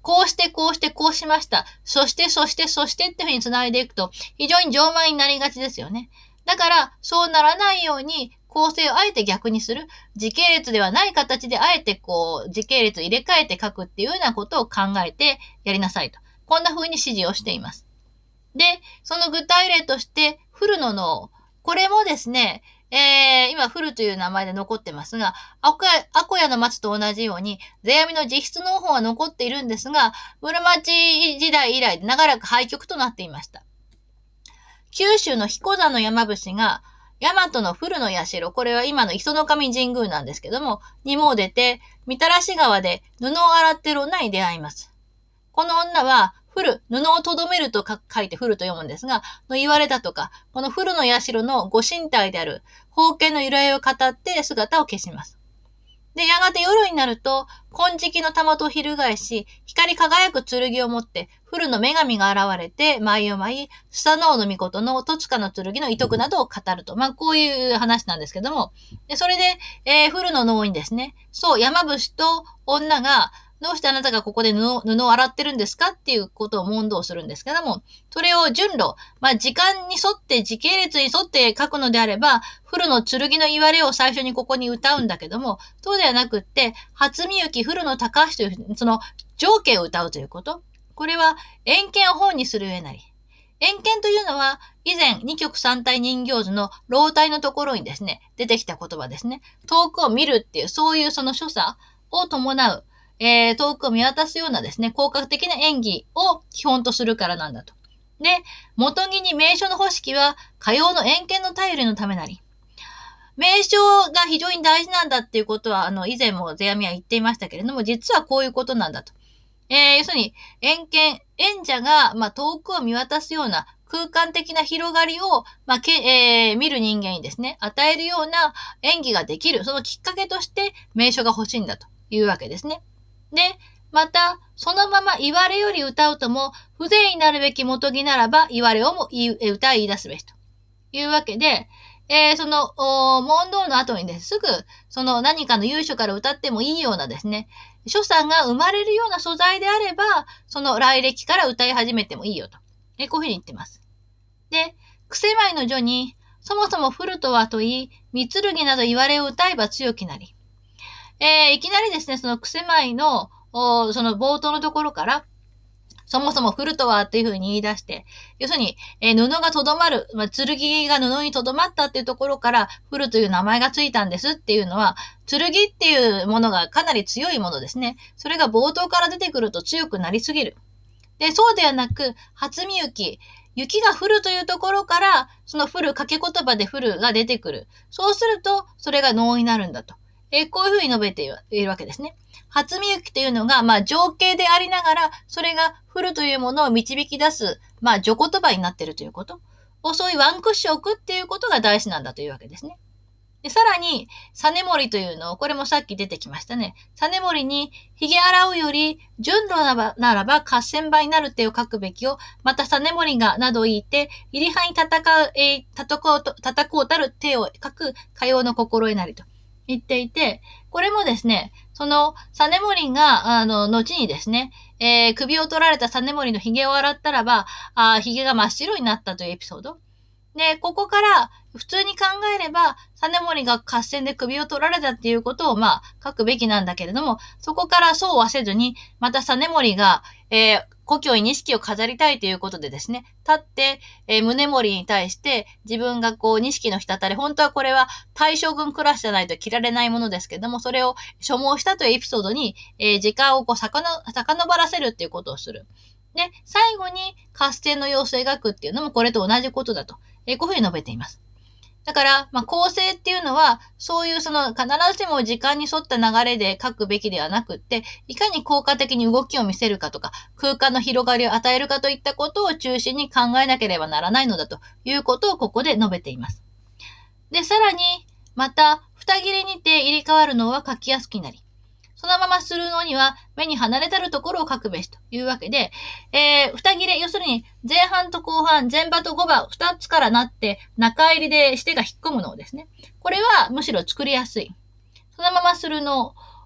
こうしてこうしてこうしました。そしてそしてそしてっていうふうに繋いでいくと、非常に上腕になりがちですよね。だから、そうならないように、構成をあえて逆にする。時系列ではない形であえて時系列を入れ替えて書くっていうようなことを考えてやりなさいと。こんな風に指示をしています。で、その具体例として、フルの脳。これもですね、今、フルという名前で残ってますが、アコヤの松と同じように、世阿弥の実質農法は残っているんですが、室町時代以来、長らく廃局となっていました。九州の彦山の山伏が、大和の古の社、これは今の磯の神神宮なんですけども、にも出て、みたらし川で布を洗っている女に出会います。この女は、布をとどめると書いて古と読むんですが、の言われたとか、この古の社のご神体である、宝剣の由来を語って姿を消します。で、やがて夜になると、金色の玉と翻し、光り輝く剣を持って、古の女神が現れて、舞を舞い、スサノオノミコトの戸塚の剣の遺徳などを語ると。こういう話なんですけども、でそれで、古の脳にですね、そう、山伏と女が、どうしてあなたがここで布を洗ってるんですかっていうことを問答するんですけども、それを順路、時間に沿って、時系列に沿って書くのであれば、古の剣の言われを最初にここに歌うんだけども、そうではなくって、初見行古の高橋という、その情景を歌うということ。これは、遠見を本にする上なり。遠見というのは、以前、二曲三体人形図の老体のところにですね、出てきた言葉ですね。遠くを見るっていう、そういうその所作を伴う、遠くを見渡すようなですね、効果的な演技を基本とするからなんだと。で、元木に名所の方式は、かようの遠見の頼りのためなり。名称が非常に大事なんだっていうことは、以前も世阿弥は言っていましたけれども、実はこういうことなんだと。要するに、遠見、演者が、遠くを見渡すような空間的な広がりを、見る人間にですね、与えるような演技ができる。そのきっかけとして名所が欲しいんだというわけですね。で、また、そのまま言われより歌うとも、風情になるべき元木ならば、言われをも歌い言い出すべしというわけで、その、問答の後にね、すぐ、その何かの由緒から歌ってもいいようなですね、所作が生まれるような素材であれば、その来歴から歌い始めてもいいよと。こういうふうに言ってます。で、癖舞の序に、そもそも古とはと言い、三剣など言われを歌えば強きなり。いきなりですね、その癖舞の、その冒頭のところから、そもそも古とはっていうふうに言い出して、要するに、布がとどまる、剣が布にとどまったっていうところから、古という名前がついたんですっていうのは、剣っていうものがかなり強いものですね。それが冒頭から出てくると強くなりすぎる。で、そうではなく、初見雪。雪が降るというところから、その降る掛け言葉で降るが出てくる。そうすると、それが能になるんだと。こういうふうに述べているわけですね。初見雪というのが、情景でありながら、それが降るというものを導き出す、序言葉になっているということ。そういうワンクッションを置くっていうことが大事なんだというわけですね。で、さらに、サネモリというのを、これもさっき出てきましたね。サネモリに、髭洗うより、順路ならば合戦場になる手を書くべきを、またサネモリが、など言いて、入り派に叩こうたる手を書く、かようの心得なりと言っていて、これもですね、その、サネモリが、後にですね、首を取られたサネモリの髭を洗ったらば、髭が真っ白になったというエピソード。で、ここから、普通に考えれば、実盛が合戦で首を取られたっていうことを、書くべきなんだけれども、そこからそうはせずに、また実盛が、故郷に錦を飾りたいということでですね、立って、宗盛に対して自分が錦の滴れ、本当はこれは大将軍クラスじゃないと着られないものですけども、それを所望したというエピソードに、時間を遡らせるっていうことをする。で、最後に合戦の様子を描くっていうのもこれと同じことだと。こういうふうに述べています。だから、構成っていうのは、そういう必ずしも時間に沿った流れで書くべきではなくって、いかに効果的に動きを見せるかとか、空間の広がりを与えるかといったことを中心に考えなければならないのだということをここで述べています。で、さらに、また、二切れにて入れ替わるのは書きやすくなり、そのままするのには目に離れたるところを書くべしというわけで、二切れ、要するに前半と後半、前場と後場、二つからなって中入りでしてが引っ込むのですね。これはむしろ作りやすい。そのままするの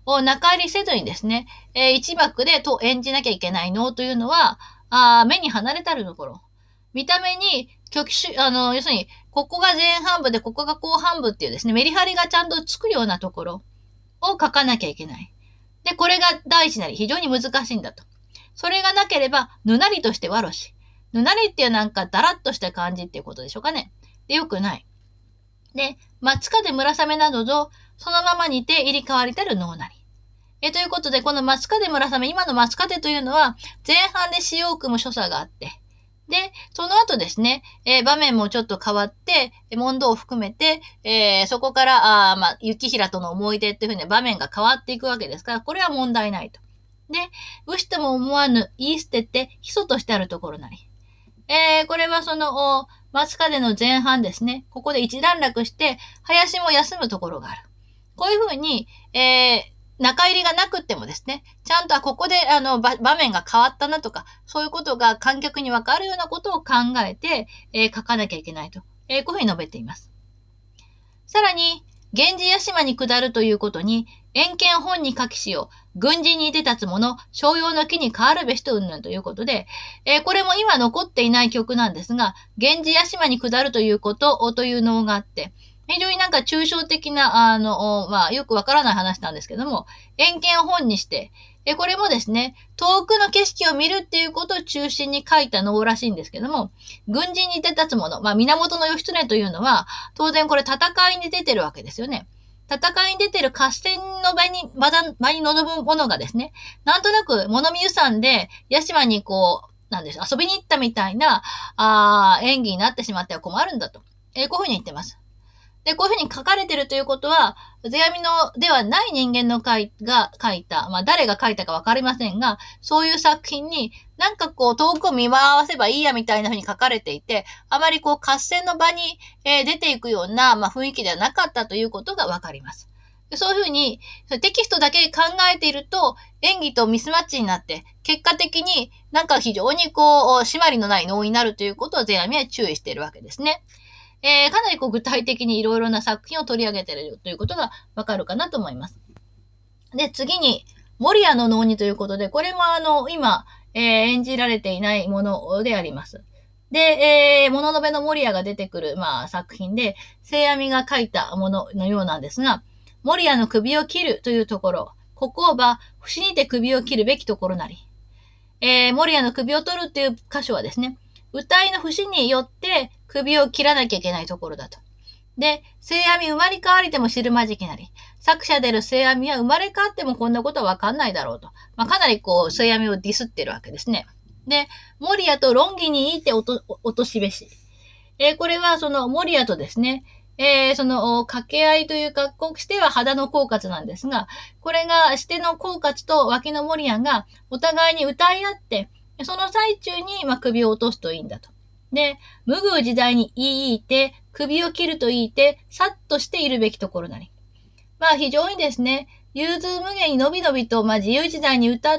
中入りせずにですね、一幕でと演じなきゃいけない能というのは、目に離れたるところ。見た目に要するに、ここが前半部で、ここが後半部っていうですね、メリハリがちゃんとつくようなところを書かなきゃいけない。で、これが第一なり非常に難しいんだと。それがなければ、ぬなりとしてわろし。ぬなりっていうなんかだらっとした感じっていうことでしょうかね。で、よくない。で、松風村雨などと、そのままにて入り替わりたる能なり。ということで、この松風村雨、今の松風というのは、前半で詩を組む所作があって、で、その後ですね、場面もちょっと変わって、問答を含めて、そこから、雪平との思い出っていうふうに場面が変わっていくわけですから、これは問題ないと。で、武士とも思わぬ言い捨てて、基礎としてあるところなり。これはその、松風の前半ですね。ここで一段落して、林も休むところがある。こういうふうに、中入りがなくってもですね、ちゃんと、ここで、場面が変わったなとか、そういうことが観客にわかるようなことを考えて、書かなきゃいけないと。こういうふうに述べています。さらに、源氏屋島に下るということに、遠見本に書きしよう、軍人に出立つ者、商用の木に変わるべしと云々ということで、これも今残っていない曲なんですが、源氏屋島に下るということという能があって、非常になんか抽象的な、よくわからない話なんですけども、遠見を本にして、これもですね、遠くの景色を見るっていうことを中心に書いた能らしいんですけども、軍人に出立つ者、源義経というのは、当然これ戦いに出てるわけですよね。戦いに出てる合戦の場に臨む者がですね、なんとなく物見湯山で屋島に遊びに行ったみたいな、演技になってしまっては困るんだと。こういうふうに言ってます。で、こういうふうに書かれてるということは、世阿弥のではない人間が書いた、誰が書いたかわかりませんが、そういう作品に、なんか遠くを見回せばいいやみたいなふうに書かれていて、あまり合戦の場に、出ていくような、雰囲気ではなかったということがわかります。そういうふうに、テキストだけ考えていると、演技とミスマッチになって、結果的になんか非常に締まりのない能になるということを世阿弥は注意しているわけですね。かなり具体的にいろいろな作品を取り上げているということがわかるかなと思います。で、次に、守谷の能にということで、これも今、演じられていないものであります。で、物のべの守谷が出てくる、作品で、世阿弥が書いたもののようなんですが、守谷の首を切るというところ、ここは、節にて首を切るべきところなり。守谷の首を取るっていう箇所はですね、歌いの節によって首を切らなきゃいけないところだと。で、世阿弥生まれ変わりても知るまじきなり。作者でる世阿弥は生まれ変わってもこんなことはわかんないだろうと。かなり世阿弥をディスってるわけですね。で、守谷と論議にいて落としべし。これはその守谷とですね、掛け合いというか、しては肌の狡猾なんですが、これがしての狡猾と脇の守谷がお互いに歌い合って、その最中に、首を落とすといいんだと。で、無偶時代に言いて、首を切ると言いて、さっとしているべきところなり。非常にですね、融通無限にのびのびと、自由時代に歌って、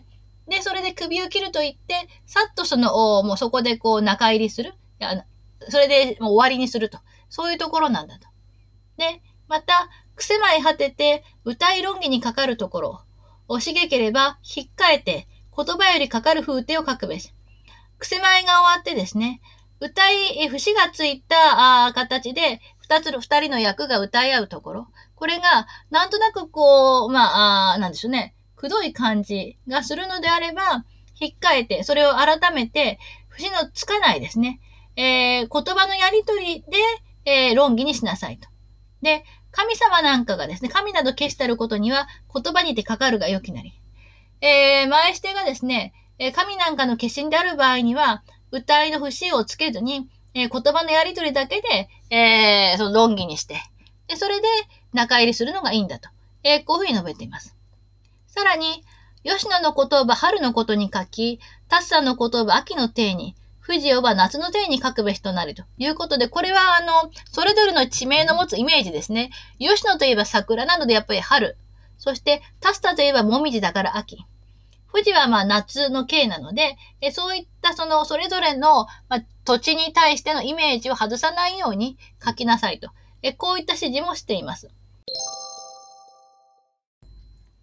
で、それで首を切ると言って、さっともうそこで中入りする。それでもう終わりにすると。そういうところなんだと。で、また、癖まい果てて、歌い論議にかかるところ。惜しげければ、引っかえて、言葉よりかかる風景を書くべし。癖前が終わってですね、歌い、節がついた形で、二人の役が歌い合うところ。これが、なんとなくなんでしょうね、くどい感じがするのであれば、引っかえて、それを改めて、節のつかないですね。言葉のやりとりで、論議にしなさいと。で、神様なんかがですね、神など消したることには、言葉にてかかるがよきなり。前してがですね、神なんかの化身である場合には、歌いの節をつけずに、言葉のやりとりだけで、その論議にして、それで中入りするのがいいんだと。こういうふうに述べています。さらに、吉野の言葉春のことに書き、タッサの言葉秋の定に、富士をば夏の定に書くべしとなるということで、これはそれぞれの地名の持つイメージですね。吉野といえば桜なのでやっぱり春。そして、タッサといえばもみじだから秋。富士は夏の形なので、そういったそれぞれの、土地に対してのイメージを外さないように書きなさいと。こういった指示もしています。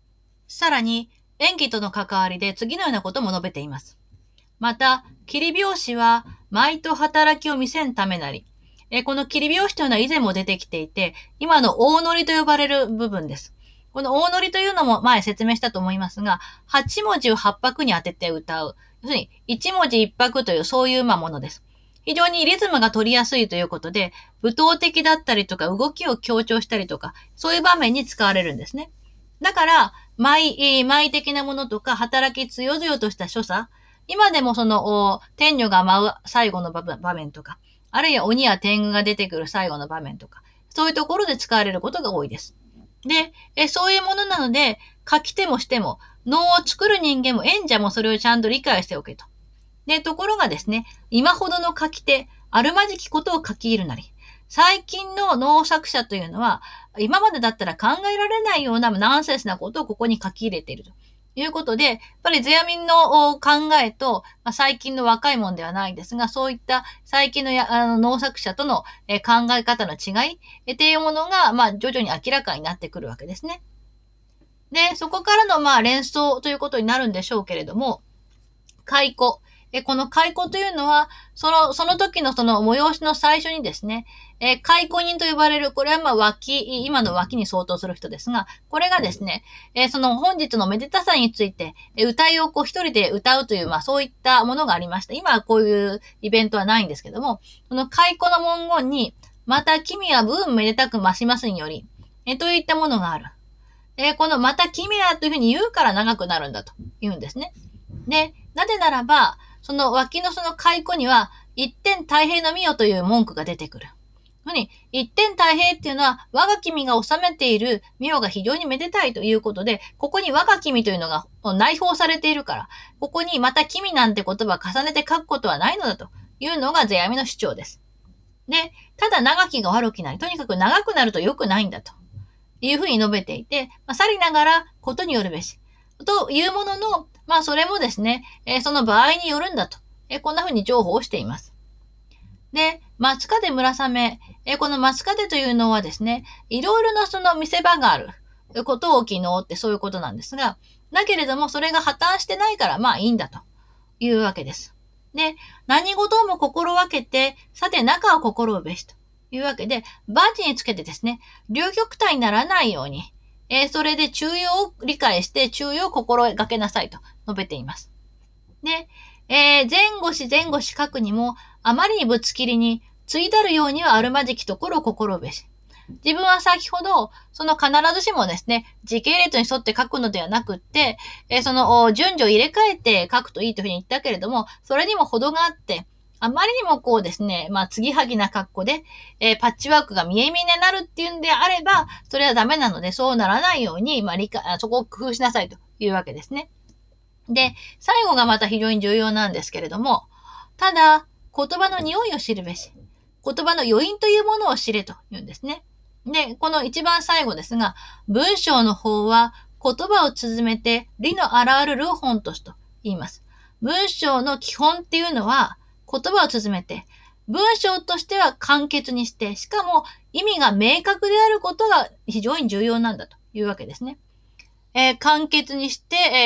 さらに、演技との関わりで次のようなことも述べています。また、切り拍子は、舞と働きを見せんためなり。この切り拍子というのは以前も出てきていて、今の大乗りと呼ばれる部分です。この大乗りというのも前説明したと思いますが、8文字を8拍に当てて歌う。要するに、1文字1拍というそういうものです。非常にリズムが取りやすいということで、舞踏的だったりとか、動きを強調したりとか、そういう場面に使われるんですね。だから、舞的なものとか、働き強々とした所作、今でもその、天女が舞う最後の場面とか、あるいは鬼や天狗が出てくる最後の場面とか、そういうところで使われることが多いです。で、そういうものなので、書き手もしても、能を作る人間も演者もそれをちゃんと理解しておけと。で、ところがですね、今ほどの書き手、あるまじきことを書き入るなり、最近の能作者というのは、今までだったら考えられないようなナンセンスなことをここに書き入れているということで、やっぱり世阿弥の考えと、最近の若いもんではないですが、そういった最近の能作者との考え方の違いっていうものが、徐々に明らかになってくるわけですね。で、そこからの連想ということになるんでしょうけれども、回顧。この回顧というのは、その時のその催しの最初にですね、回顧人と呼ばれる、これは今の脇に相当する人ですが、これがですね、その本日のめでたさについて、歌いを一人で歌うという、そういったものがありました。今はこういうイベントはないんですけども、この回顧の文言に、また君は武運めでたく増しますにより、といったものがある。このまた君はというふうに言うから長くなるんだと言うんですね。で、なぜならば、その脇のその回顧には、一点太平の御代という文句が出てくる。一点太平っていうのは、我が君が治めている御代が非常にめでたいということで、ここに我が君というのが内包されているから、ここにまた君なんて言葉を重ねて書くことはないのだというのが世阿弥の主張です。で、ただ長きが悪きなり、とにかく長くなると良くないんだというふうに述べていて、さりながらことによるべし。というものの、それもですね、その場合によるんだと、こんな風に情報をしています。で、松風村雨、この松風というのはですね、いろいろなその見せ場があることを昨日ってそういうことなんですが、だけれどもそれが破綻してないからいいんだというわけです。で、何事も心分けて、さて中を心をべしというわけで、バーチにつけてですね、両極端にならないように、それで中庸を理解して中庸を心がけなさいと述べています。で、前後し書くにも、あまりにぶつ切りに、ついだるようにはあるまじきところを心べし。自分は先ほど、その必ずしもですね、時系列に沿って書くのではなくって、その順序を入れ替えて書くといいというふうに言ったけれども、それにも程があって、あまりにもこうですね、継ぎはぎな格好で、パッチワークが見え見えになるっていうんであれば、それはダメなので、そうならないように、そこを工夫しなさいというわけですね。で、最後がまた非常に重要なんですけれども、ただ、言葉の匂いを知るべし、言葉の余韻というものを知れと言うんですね。で、この一番最後ですが、文章の方は言葉を綴めて理のあらあるる本としと言います。文章の基本っていうのは言葉を綴めて、文章としては簡潔にして、しかも意味が明確であることが非常に重要なんだというわけですね。簡潔にして、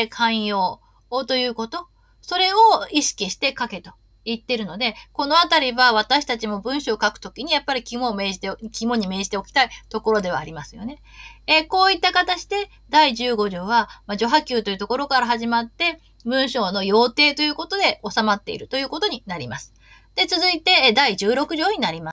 寛容ということ、それを意識して書けと言ってるので、このあたりは私たちも文章を書くときにやっぱり肝に銘じておきたいところではありますよね。こういった形で第15条は、序波及というところから始まって、文章の要諦ということで収まっているということになります。で、続いて第16条になります。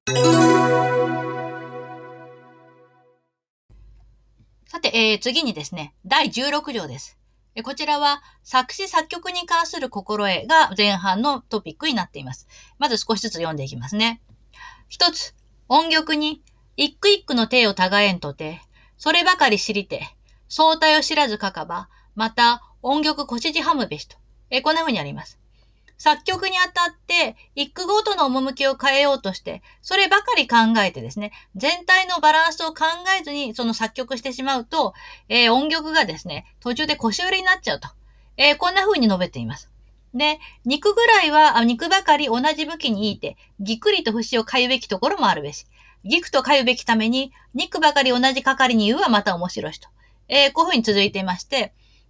さて、次にですね、第16条です。こちらは作詞作曲に関する心得が前半のトピックになっています。まず少しずつ読んでいきますね。一つ、音曲に一句一句の手をたがえんとて、そればかり知りて、相対を知らず書かば、また音曲こしじはむべしと。こんな風にあります。作曲にあたって一句ごとの趣を変えようとして、そればかり考えてですね、全体のバランスを考えずにその作曲してしまうと、音曲がですね、途中で腰折りになっちゃうと。こんな風に述べています。で、肉ばかり同じ向きにいいて、ぎくりと節を変えべきところもあるべし。ぎくと変えべきために、肉ばかり同じ係に言うはまた面白いしと。こういう風に続いていまして、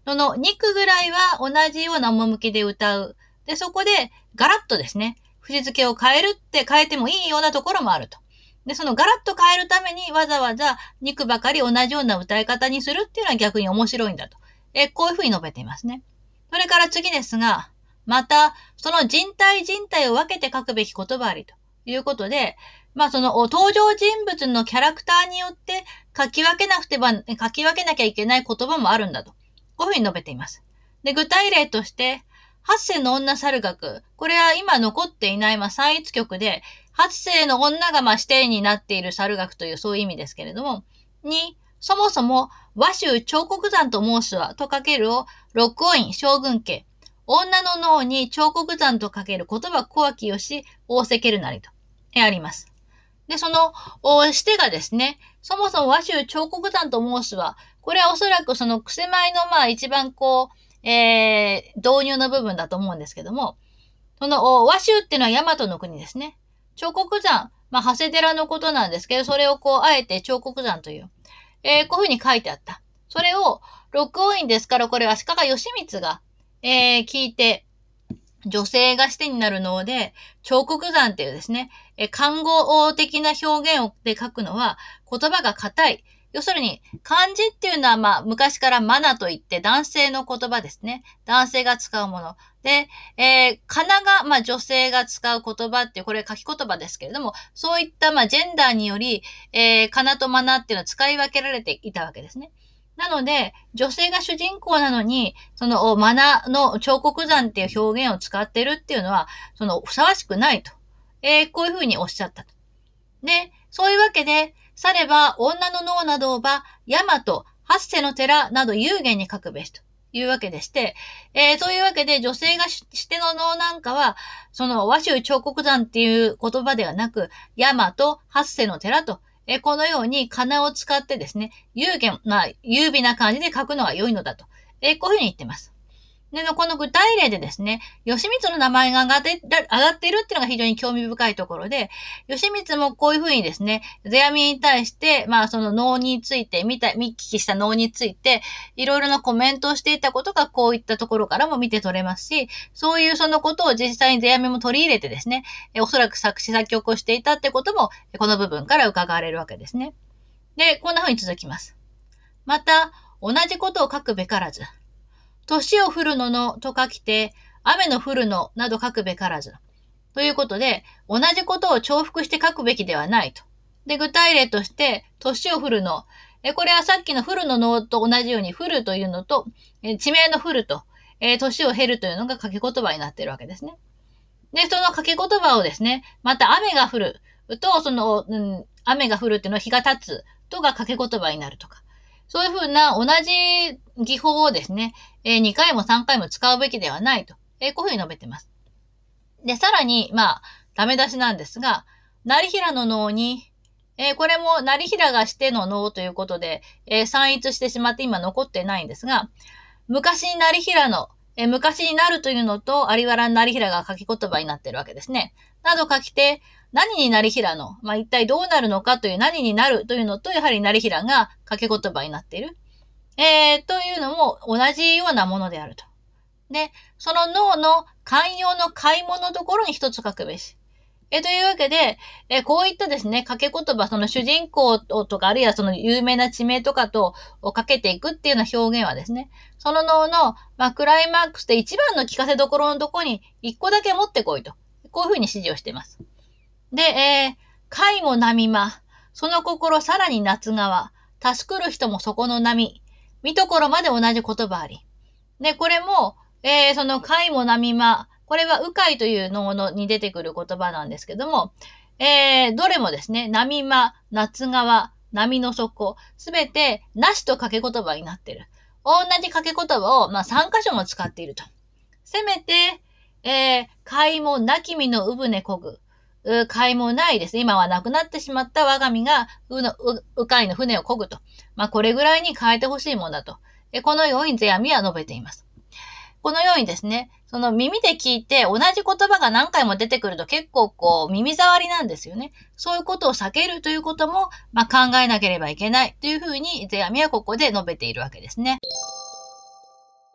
その肉ぐらいは同じような趣で歌う。で、そこでガラッとですね、節付けを変えてもいいようなところもあると。で、そのガラッと変えるためにわざわざ肉ばかり同じような歌い方にするっていうのは逆に面白いんだと。こういうふうに述べていますね。それから次ですが、また、その人体を分けて書くべき言葉ありということで、その登場人物のキャラクターによって書き分けなきゃいけない言葉もあるんだと。こういうふうに述べています。で、具体例として、八世の女猿楽。これは今残っていない、三一曲で、八世の女が指定になっている猿楽というそういう意味ですけれども、に、そもそも和州彫刻山と申すはと書けるを六王院将軍家。女の脳に彫刻山と書ける言葉小きよし、大せけるなりと、あります。で、その、してがですね、そもそも和州彫刻山と申すは、これはおそらくその癖前の一番導入の部分だと思うんですけども、その和州っていうのは大和の国ですね。彫刻山、長谷寺のことなんですけど、それをあえて彫刻山という、こういうふうに書いてあった。それを、六王院ですから、これ足利義満が、聞いて、女性がしてになるので、彫刻山っていうですね、漢語的な表現で書くのは言葉が硬い。要するに、漢字っていうのは昔からマナといって男性の言葉ですね。男性が使うもの。で、かなが女性が使う言葉っていう、これ書き言葉ですけれども、そういったジェンダーにより、かなとマナっていうのは使い分けられていたわけですね。なので、女性が主人公なのに、その、マナの彫刻山っていう表現を使ってるっていうのは、ふさわしくないと。こういうふうにおっしゃったと。で、そういうわけで、されば、女の脳などをば、大和、八世の寺など有限に書くべしというわけでして、そういうわけで、女性がしての脳なんかは、その和州彫刻山っていう言葉ではなく、大和、八世の寺と、このように、仮名を使ってですね、優美な感じで書くのが良いのだと。こういうふうに言ってます。で、この具体例でですね、義満の名前が上がっているっていうのが非常に興味深いところで、義満もこういうふうにですね、世阿弥に対して、その能について、見聞きした能について、いろいろなコメントをしていたことがこういったところからも見て取れますし、そういうそのことを実際に世阿弥も取り入れてですね、おそらく作詞作曲をしていたってことも、この部分から伺われるわけですね。で、こんなふうに続きます。また、同じことを書くべからず、年を降るののと書きて、雨の降るのなど書くべからず。ということで、同じことを重複して書くべきではないと。で、具体例として、年を降るの。これはさっきの降るののと同じように、降るというのと、地名の降ると、年を経るというのが掛け言葉になっているわけですね。で、その掛け言葉をですね、また雨が降ると、雨が降るっていうのは日が経つとが掛け言葉になるとか。そういうふうな同じ技法をですね、2回も3回も使うべきではないと、こういうふうに述べています。で、さらに、ダメ出しなんですが、成平の能に、これも成平がしての能ということで、散逸してしまって今残ってないんですが、昔に成平の、昔になるというのと、有原成平が書き言葉になっているわけですね。など書きて、何に成平の、一体どうなるのかという何になるというのと、やはり成平が掛け言葉になっている。というのも同じようなものであると。で、その脳の寛容の買い物のところに一つ書くべし。というわけで、こういったですね、掛け言葉、その主人公とか、あるいはその有名な地名とかとかけていくっていうような表現はですね、その脳の、クライマックスで一番の聞かせどころのところに一個だけ持ってこいと。こういうふうに指示をしています。で、貝も波間、その心さらに夏川、助くる人もそこの波、見ところまで同じ言葉あり。で、これも、その貝も波間、これは鵜飼というのに出てくる言葉なんですけども、どれもですね、波間、夏川、波の底、すべてなしと掛け言葉になっている。同じ掛け言葉を、3箇所も使っていると。せめて、貝もなきみの産船こぐ。買いもないです。今は亡くなってしまった我が身が、鵜飼の船を漕ぐと。これぐらいに変えてほしいものだと。このように世阿弥は述べています。このようにですね、その耳で聞いて同じ言葉が何回も出てくると結構耳障りなんですよね。そういうことを避けるということも、考えなければいけないというふうに世阿弥はここで述べているわけですね。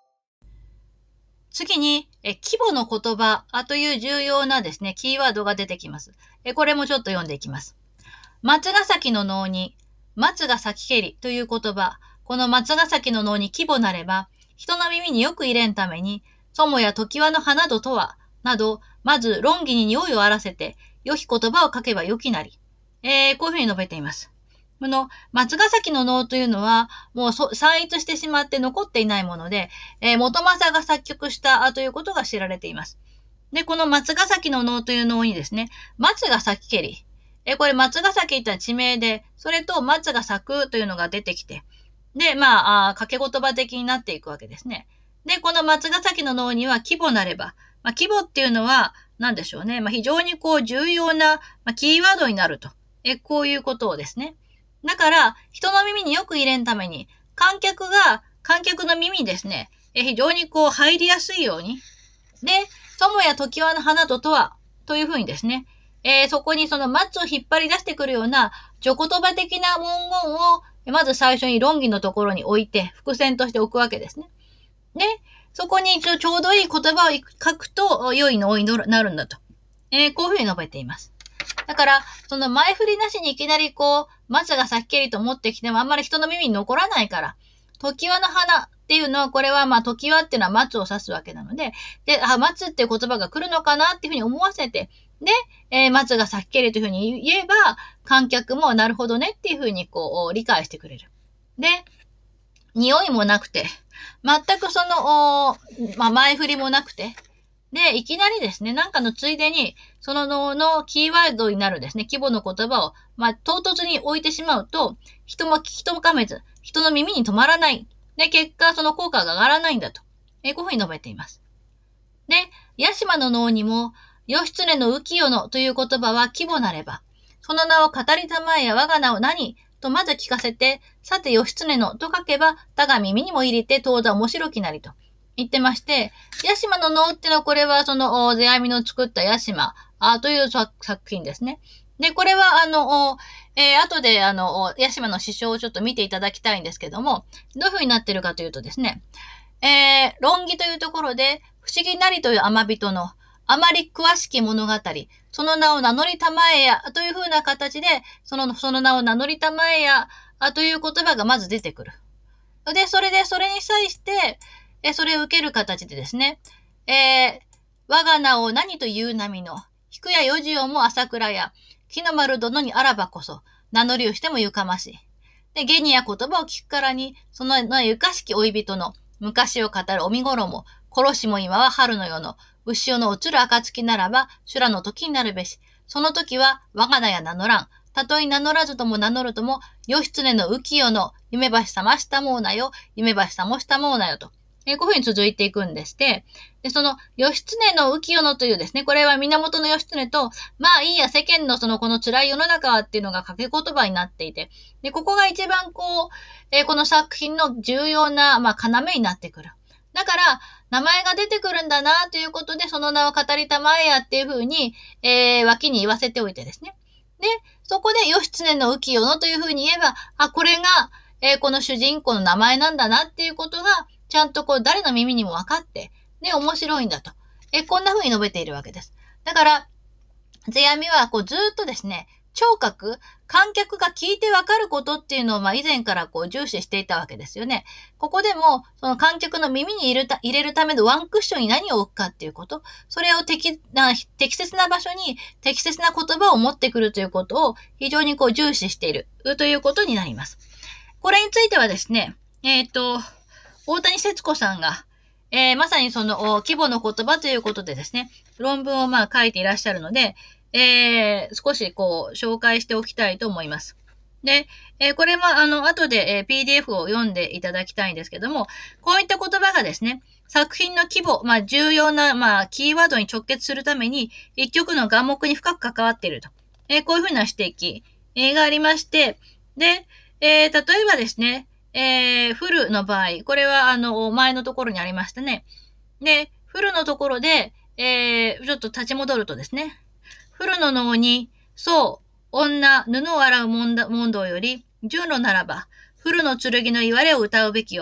次に、規模の言葉という重要なですね、キーワードが出てきます。これもちょっと読んでいきます。松ヶ崎の能に、松が咲きけりという言葉。この松ヶ崎の能に規模なれば、人の耳によく入れんために、友や常盤の花とは、など、まず論議に匂いをあらせて、良き言葉を書けば良きなり。こういうふうに述べています。この松ヶ崎の能というのは、もう散逸してしまって残っていないもので、元政が作曲したということが知られています。で、この松ヶ崎の能という能にですね、松が咲きけり。これ松ヶ崎ってのは地名で、それと松が咲くというのが出てきて、で、掛け言葉的になっていくわけですね。で、この松ヶ崎の能には規模なれば、規模っていうのは、何でしょうね。非常に重要な、キーワードになると。こういうことをですね。だから、人の耳によく入れんために、観客の耳にですね、非常に入りやすいように。で、友や常盤の花とは、というふうにですね、そこにその松を引っ張り出してくるような、序言葉的な文言を、まず最初に論議のところに置いて、伏線として置くわけですね。で、そこにちょうどいい言葉を書くと、良い能になるんだと。こういうふうに述べています。だから、その前振りなしにいきなり松が咲っけりと持ってきてもあんまり人の耳に残らないから、常盤の花っていうのは、これは常盤っていうのは松を指すわけなので、で、松っていう言葉が来るのかなっていうふうに思わせて、で、松が咲っけりというふうに言えば、観客もなるほどねっていうふうに理解してくれる。で、匂いもなくて、全くその、前振りもなくて、で、いきなりですね、なんかのついでに、その脳のキーワードになるですね、規模の言葉を、唐突に置いてしまうと、人も聞きとかめず、人の耳に止まらない。で、結果、その効果が上がらないんだと。こういうふうに述べています。で、八島の脳にも、義経の浮世のという言葉は規模なれば、その名を語りたまえや我が名を何とまず聞かせて、さて義経のと書けば、他が耳にも入れて当座面白きなりと言ってまして、八島の能ってのはこれはその、世阿弥の作った八島という作品ですね。で、これは後で八島の詩章をちょっと見ていただきたいんですけども、どういう風になってるかというとですね、論議というところで、不思議なりという天人の、あまり詳しき物語、その名を名乗りたまえや、という風な形で、その名を名乗りたまえや、という言葉がまず出てくる。で、それに際して、それを受ける形でですね、我が名を何という波の、引くや四十音も朝倉や、木の丸殿にあらばこそ、名乗りをしてもゆかましい。で、下にや言葉を聞くからに、そのゆかしき追い人の、昔を語るお見頃も、殺しも今は春の夜の、牛尾の映る暁ならば、修羅の時になるべし。その時は、我が名や名乗らん。たとえ名乗らずとも名乗るとも、義経の浮世の、夢橋様したもうなよ、夢橋様したもうなよと。こういうふうに続いていくんでして、で、その、義経の浮世のというですね、これは源義経と、いいや、世間のこの辛い世の中はっていうのが掛け言葉になっていて、で、ここが一番この作品の重要な、要になってくる。だから、名前が出てくるんだなということで、その名を語りたまえやっていうふうに、脇に言わせておいてですね。で、そこで義経の浮世のというふうに言えば、これが、この主人公の名前なんだなっていうことが、ちゃんと誰の耳にも分かって、で、面白いんだと。こんな風に述べているわけです。だから、世阿弥はずっとですね、聴覚、観客が聞いてわかることっていうのを以前から重視していたわけですよね。ここでも、その観客の耳に入れるためのワンクッションに何を置くかっていうこと、それを適切な場所に適切な言葉を持ってくるということを非常に重視しているということになります。これについてはですね、大谷節子さんが、まさにその規模の言葉ということでですね、論文を書いていらっしゃるので、少し紹介しておきたいと思います。で、これも後で、PDF を読んでいただきたいんですけども、こういった言葉がですね、作品の規模、重要な、キーワードに直結するために、一曲の眼目に深く関わっていると。こういうふうな指摘、がありまして、で、例えばですね、フルの場合、これは前のところにありましたね。で、フルのところで、ちょっと立ち戻るとですね、フルの能に、そう、女、布を洗う問答より、順路ならば、フルの剣の言われを歌うべきよ。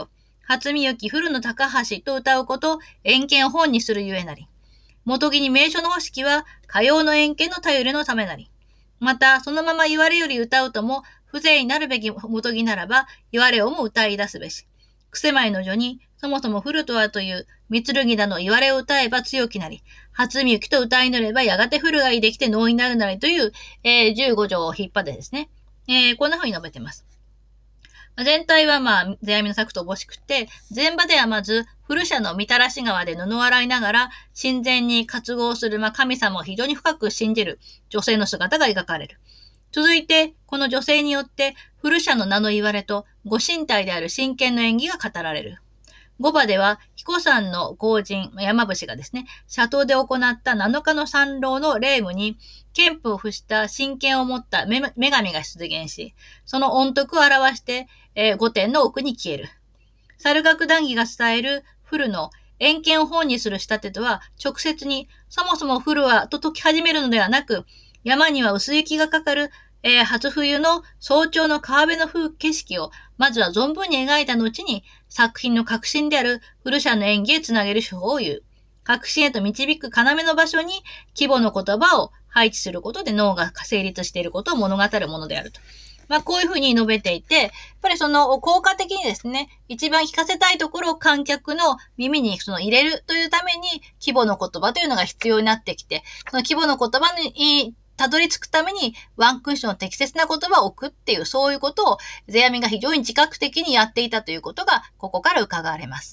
初見行古の高橋と歌うこと、遠見を本にするゆえなり。元木に名所の方式は、かようの遠見の頼りのためなり。また、そのまま言われより歌うとも、風情になるべき元木ならば、言われをも歌い出すべし。癖前の序に、そもそも古とはという、三剣だの言われを歌えば強きなり、初見行と歌い乗ればやがて古がいできて能になるなりという、15条を引っ張ってですね、こんな風に述べています。全体は世阿弥の作とおぼしくて、前場ではまず、古社の御たらし川で布を洗いながら、神前に活合する、神様を非常に深く信じる女性の姿が描かれる。続いて、この女性によって、古社の名の言われと、ご神体である真剣の演技が語られる。五場では、彦山の豪人、山伏がですね、斜塔で行った7日の参籠の霊夢に、剣譜を付した真剣を持った女神が出現し、その恩徳を表して、御殿の奥に消える。猿楽談義が伝える古の遠見を本にする仕立てとは、直接に、そもそも古はと解き始めるのではなく、山には薄雪がかかる、初冬の早朝の川辺の景色を、まずは存分に描いた後に、作品の核心である古社の演技へつなげる手法を言う。核心へと導く要の場所に、規模の言葉を配置することで脳が成立していることを物語るものであると。こういうふうに述べていて、やっぱりその効果的にですね、一番聞かせたいところを観客の耳に入れるというために、規模の言葉というのが必要になってきて、その規模の言葉にたどり着くためにワンクッションの適切な言葉を置くっていう、そういうことを世阿弥が非常に自覚的にやっていたということが、ここから伺われます。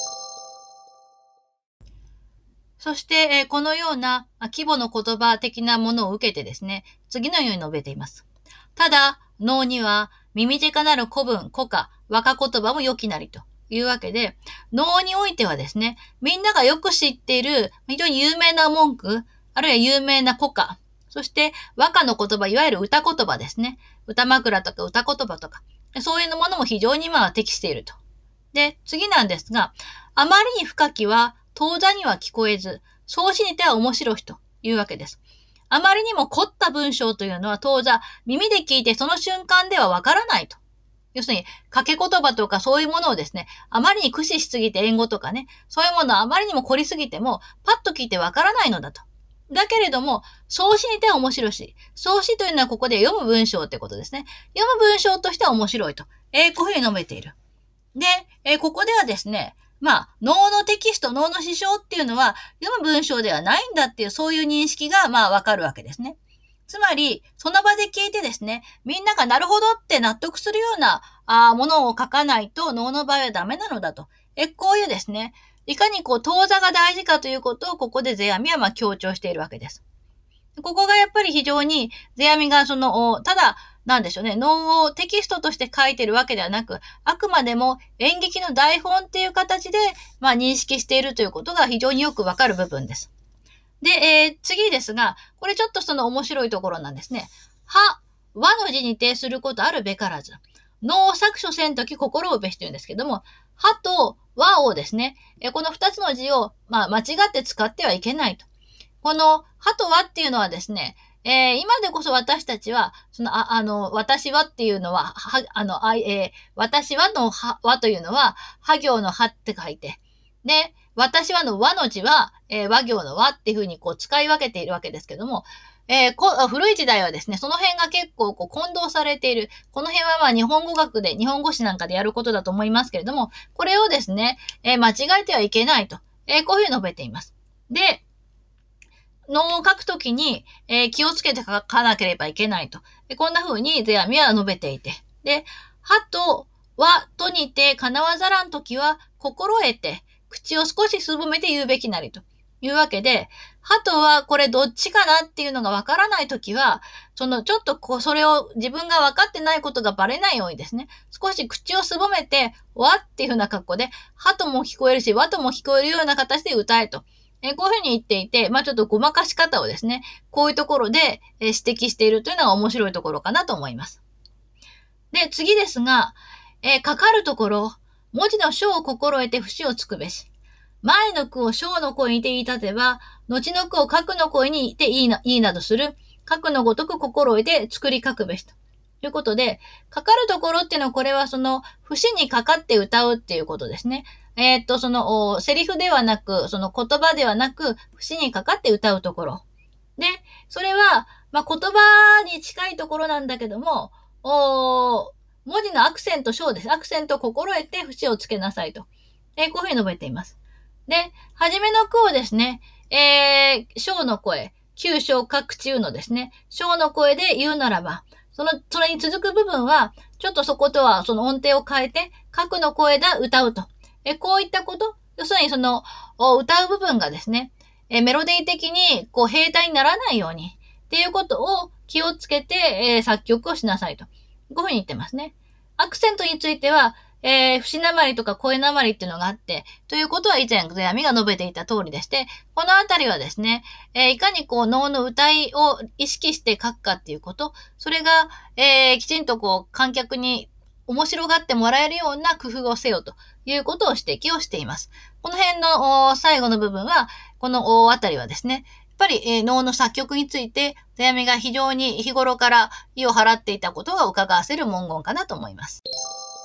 そして、このような規模の言葉的なものを受けてですね、次のように述べています。ただ、能には耳近なる古文、古歌、和歌言葉も良きなりというわけで、能においてはですね、みんながよく知っている非常に有名な文句、あるいは有名な古歌、そして和歌の言葉、いわゆる歌言葉ですね。歌枕とか歌言葉とか、そういうものも非常に適していると。で、次なんですが、あまりに深きは当座には聞こえず、そうしにては面白いというわけです。あまりにも凝った文章というのは当座、耳で聞いてその瞬間ではわからないと。要するに、掛け言葉とかそういうものをですね、あまりに駆使しすぎて英語とかね、そういうものをあまりにも凝りすぎても、パッと聞いてわからないのだと。だけれども、創詞にては面白いし、創詞というのはここで読む文章ってことですね。読む文章としては面白いと。こういうふうに述べている。で、ここではですね、能のテキスト、能の詩章っていうのは、読む文章ではないんだっていう、そういう認識が、わかるわけですね。つまり、その場で聞いてですね、みんながなるほどって納得するような、ものを書かないと、能の場合はダメなのだと。こういうですね、いかに当座が大事かということを、ここで世阿弥は強調しているわけです。ここがやっぱり非常に、世阿弥がただ、なんでしょうね、能をテキストとして書いてるわけではなく、あくまでも演劇の台本っていう形で、認識しているということが非常によくわかる部分です。で、次ですが、これちょっと面白いところなんですね。和の字に呈することあるべからず。能を作所せんとき心をべしというんですけども、と和をですね、この二つの字を、間違って使ってはいけないと。このと和っていうのはですね、今でこそ私たちは、私はっていうのは、私はの和というのは、行のはって書いて、で、私はの和の字は、和行の和っていうふうに使い分けているわけですけども、古い時代はですね、その辺が結構混同されている。この辺は日本語学で、日本語史なんかでやることだと思いますけれども、これをですね、間違えてはいけないと、こういうふうに述べています。で、能を書くときに、気をつけて書かなければいけないと。こんな風に世阿弥は述べていて。で、と和と似て叶わざらんときは心得て、口を少しすぼめて言うべきなりというわけで、とはこれどっちかなっていうのがわからないときは、ちょっとそれを自分が分かってないことがバレないようにですね、少し口をすぼめて、和っていう風な格好で、とも聞こえるし、和とも聞こえるような形で歌えと。こういうふうに言っていて、ちょっとごまかし方をですね、こういうところで指摘しているというのが面白いところかなと思います。で、次ですが、かかるところ、文字の章を心得て節をつくべし。前の句を章の声にて言い立てば、後の句を角の声にて言いなどする、角のごとく心得て作り書くべしと。 いうことで、かかるところっていうのは、これはその、節にかかって歌うっていうことですね。セリフではなく、その言葉ではなく、節にかかって歌うところ。で、それは、言葉に近いところなんだけども、文字のアクセント、小です。アクセントを心得て節をつけなさいと。こういうふうに述べています。で、はじめの句をですね、小の声、九小各中のですね、小の声で言うならば、それに続く部分は、ちょっとそことはその音程を変えて、角の声で歌うと。こういったこと、要するにその、歌う部分がですね、メロディー的に、平坦にならないように、っていうことを気をつけて、作曲をしなさいと。こういうふうに言ってますね。アクセントについては、節なまりとか声なまりっていうのがあって、ということは以前、世阿弥が述べていた通りでして、このあたりはですね、いかに能の歌いを意識して書くかっていうこと、それが、きちんと観客に面白がってもらえるような工夫をせよということを指摘をしています。この辺の最後の部分は、このあたりはですね、やっぱり能の作曲について、世阿弥が非常に日頃から意を払っていたことが伺わせる文言かなと思います。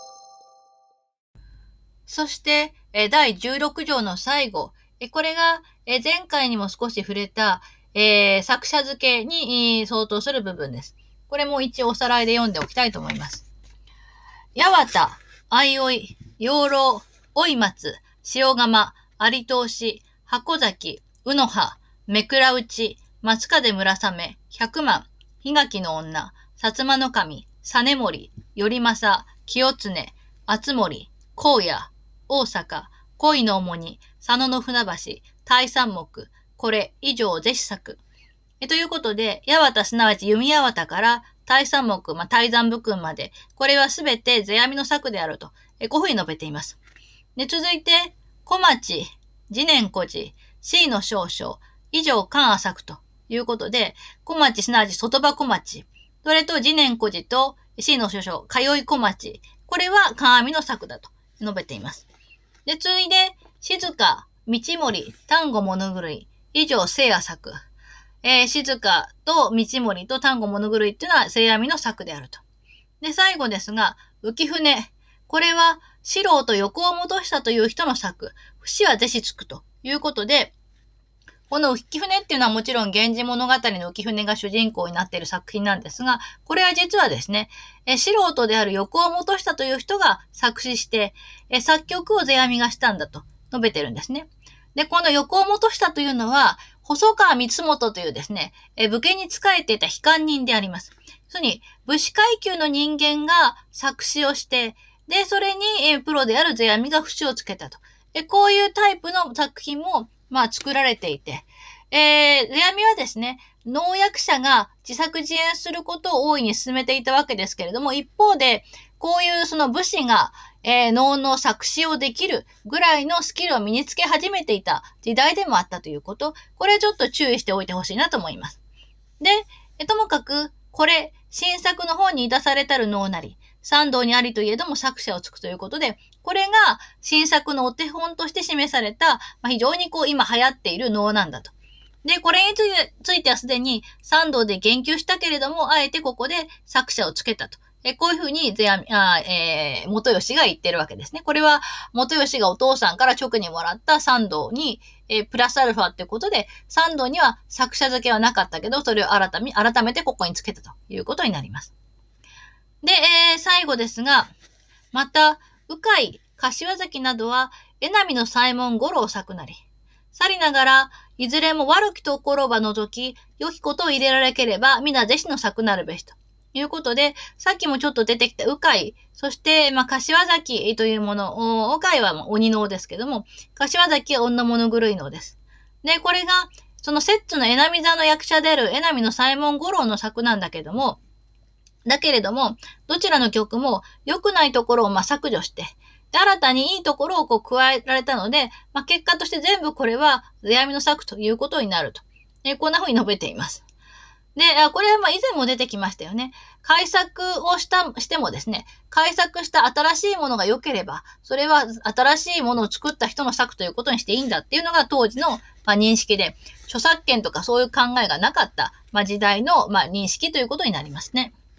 そして、第16条の最後。これが、前回にも少し触れた、作者付けに相当する部分です。これも一応おさらいで読んでおきたいと思います。八幡、相生、養老、追松、塩釜、有通し、箱崎、宇の葉、目倉内、松風村雨、百万、檜垣の女、薩摩の神、実盛、頼政、清常、厚森、荒野、大阪、恋の重荷、佐野の船橋、大三目、これ以上是非作。ということで、八幡すなわち弓八幡から大三目、大山部君まで、これはすべて世阿弥の作であると、こういうふうに述べています。で、続いて、小町、次年古寺、C の少々、以上関浅くということで、小町すなわち外場小町、それと次年古寺と C の少々、通い小町、これは関阿弥の作だと述べています。で、続いて、静か、道森、丹後物狂い、以上聖夜作。静かと道森と丹後物狂いっていうのは世阿弥の作であると。で、最後ですが、浮舟。これは、四郎と横を戻したという人の作。節は是非つくということで、この浮舟っていうのはもちろん源氏物語の浮舟が主人公になっている作品なんですが、これは実はですね、素人である横尾元久という人が作詞して、作曲を世阿弥がしたんだと述べてるんですね。で、この横尾元久というのは、細川光元というですね、武家に仕えていた非官人であります。要するに、武士階級の人間が作詞をして、で、それに、プロである世阿弥が節をつけたと。こういうタイプの作品も、作られていて、世阿弥はですね、能役者が自作自演することを大いに進めていたわけですけれども、一方で、こういうその武士が、能の作詞をできるぐらいのスキルを身につけ始めていた時代でもあったということ、これちょっと注意しておいてほしいなと思います。で、ともかく、これ、新作の本に出されたる能なり、三道にありといえども作者をつくということで、これが新作のお手本として示された、非常に今流行っている能なんだと。で、これについてはすでに三道で言及したけれども、あえてここで作者をつけたと。こういうふうに元吉が言ってるわけですね。これは元吉がお父さんから直にもらった三道に、プラスアルファってことで、三道には作者付けはなかったけど、それを改めてここにつけたということになります。で、最後ですが、また、鵜飼、柏崎などは、江波の左衛門五郎作なり。さりながら、いずれも悪きところば除き、良きことを入れられければ、皆是非の作なるべしと。いうことで、さっきもちょっと出てきた鵜飼、そして、柏崎というもの、鵜飼は鬼能ですけども、柏崎は女物狂い能です。で、これが、その摂津の江波座の役者である江波の左衛門五郎の作なんだけれども、どちらの曲も良くないところを削除して、で、新たにいいところを加えられたので、結果として全部これは世阿弥の作ということになると。こんな風に述べています。で、これは以前も出てきましたよね。改作をしてもですね、改作した新しいものが良ければ、それは新しいものを作った人の作ということにしていいんだっていうのが当時の認識で、著作権とかそういう考えがなかった時代の認識ということになりますね。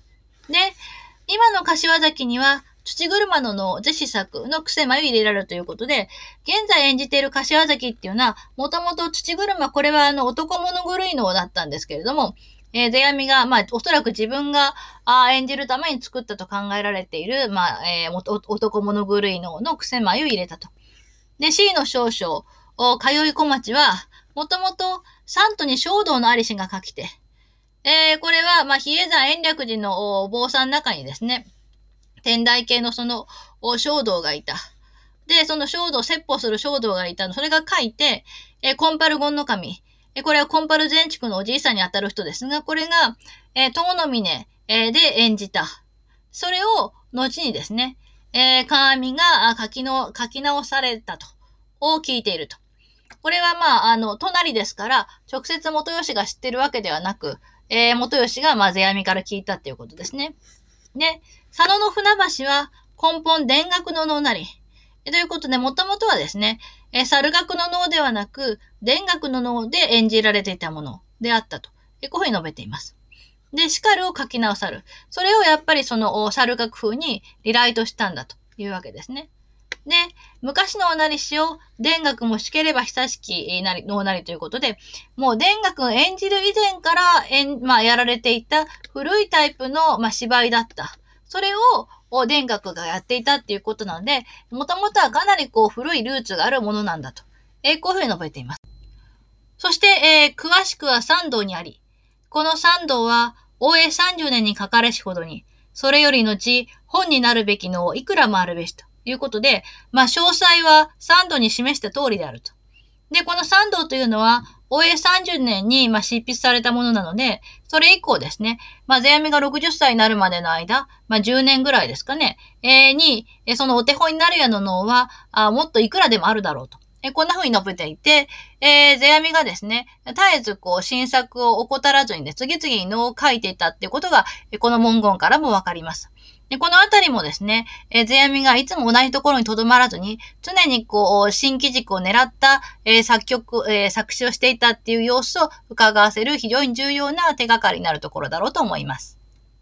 で、今の柏崎には、土車の能、是子作の癖眉入れられるということで、現在演じている柏崎っていうのは、もともと土車、これは男物狂い能だったんですけれども、世阿弥が、おそらく自分が演じるために作ったと考えられている、男物狂い能の癖眉を入れたと。で、C の少々、通い小町は、もともと、三都に正道のありしが書きて、これは、比叡山延暦寺の坊さんの中にですね、天台系の正道がいた。で、その正道、説法する正道がいたの。それが書いて、コンパルゴンの神。これはコンパル全畜のおじいさんにあたる人ですが、これが、遠の峰、で演じた。それを、後にですね、鏡が書き直されたと、を聞いていると。これは隣ですから、直接元吉が知ってるわけではなく、元吉が世阿弥から聞いたっていうことですね。で、佐野の船橋は根本田楽の能なり。ということで、もともとはですね、猿楽の能ではなく、田楽の能で演じられていたものであったと。こういうふうに述べています。で、しかるを書き直さる。それをやっぱり猿楽風にリライトしたんだというわけですね。で、昔のおなりしを田楽もしければ久しきなり、能なりということで、もう田楽を演じる以前からやられていた古いタイプの、芝居だった。それを、田楽がやっていたっていうことなので、もともとはかなり古いルーツがあるものなんだと。こういうふうに述べています。そして、詳しくは三道にあり、この三道は、応永30年に書かれしほどに、それより後、本になるべきのをいくらもあるべしということで、詳細は三道に示した通りであると。で、この三道というのは、応永30年に、執筆されたものなので、それ以降ですね、世阿弥が60歳になるまでの間、10年ぐらいですかね、そのお手本になるような能は、もっといくらでもあるだろうと。こんな風に述べていて、世阿弥がですね、絶えず新作を怠らずにね、次々に能を書いていたっていうことが、この文言からもわかります。で、このあたりもですね、世阿弥がいつも同じところに留まらずに、常に新機軸を狙った、作詞をしていたっていう様子を伺わせる非常に重要な手がかりになるところだろうと思います。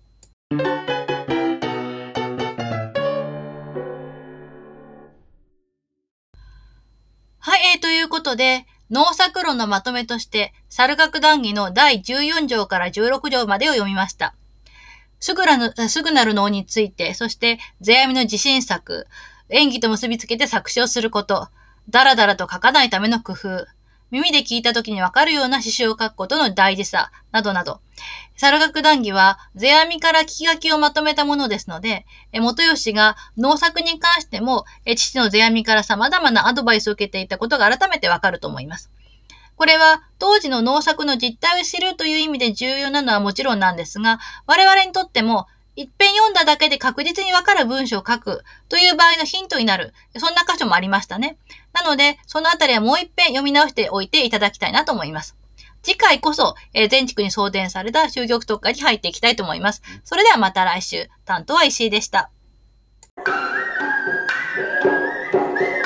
はい、ということで、能作論のまとめとして、猿楽談義の第14条から16条までを読みました。すぐなる能について、そして世阿弥の自信作、演技と結びつけて作詞をすること、だらだらと書かないための工夫、耳で聞いた時にわかるような詩集を書くことの大事さ、などなど。猿楽談義は、世阿弥から聞き書きをまとめたものですので、元吉が能作に関しても、父の世阿弥から様々なアドバイスを受けていたことが改めてわかると思います。これは当時の能作の実態を知るという意味で重要なのはもちろんなんですが、我々にとっても一遍読んだだけで確実にわかる文章を書くという場合のヒントになる、そんな箇所もありましたね。なので、そのあたりはもう一遍読み直しておいていただきたいなと思います。次回こそ、全地区に送電された終局特化に入っていきたいと思います。それではまた来週。担当は石井でした。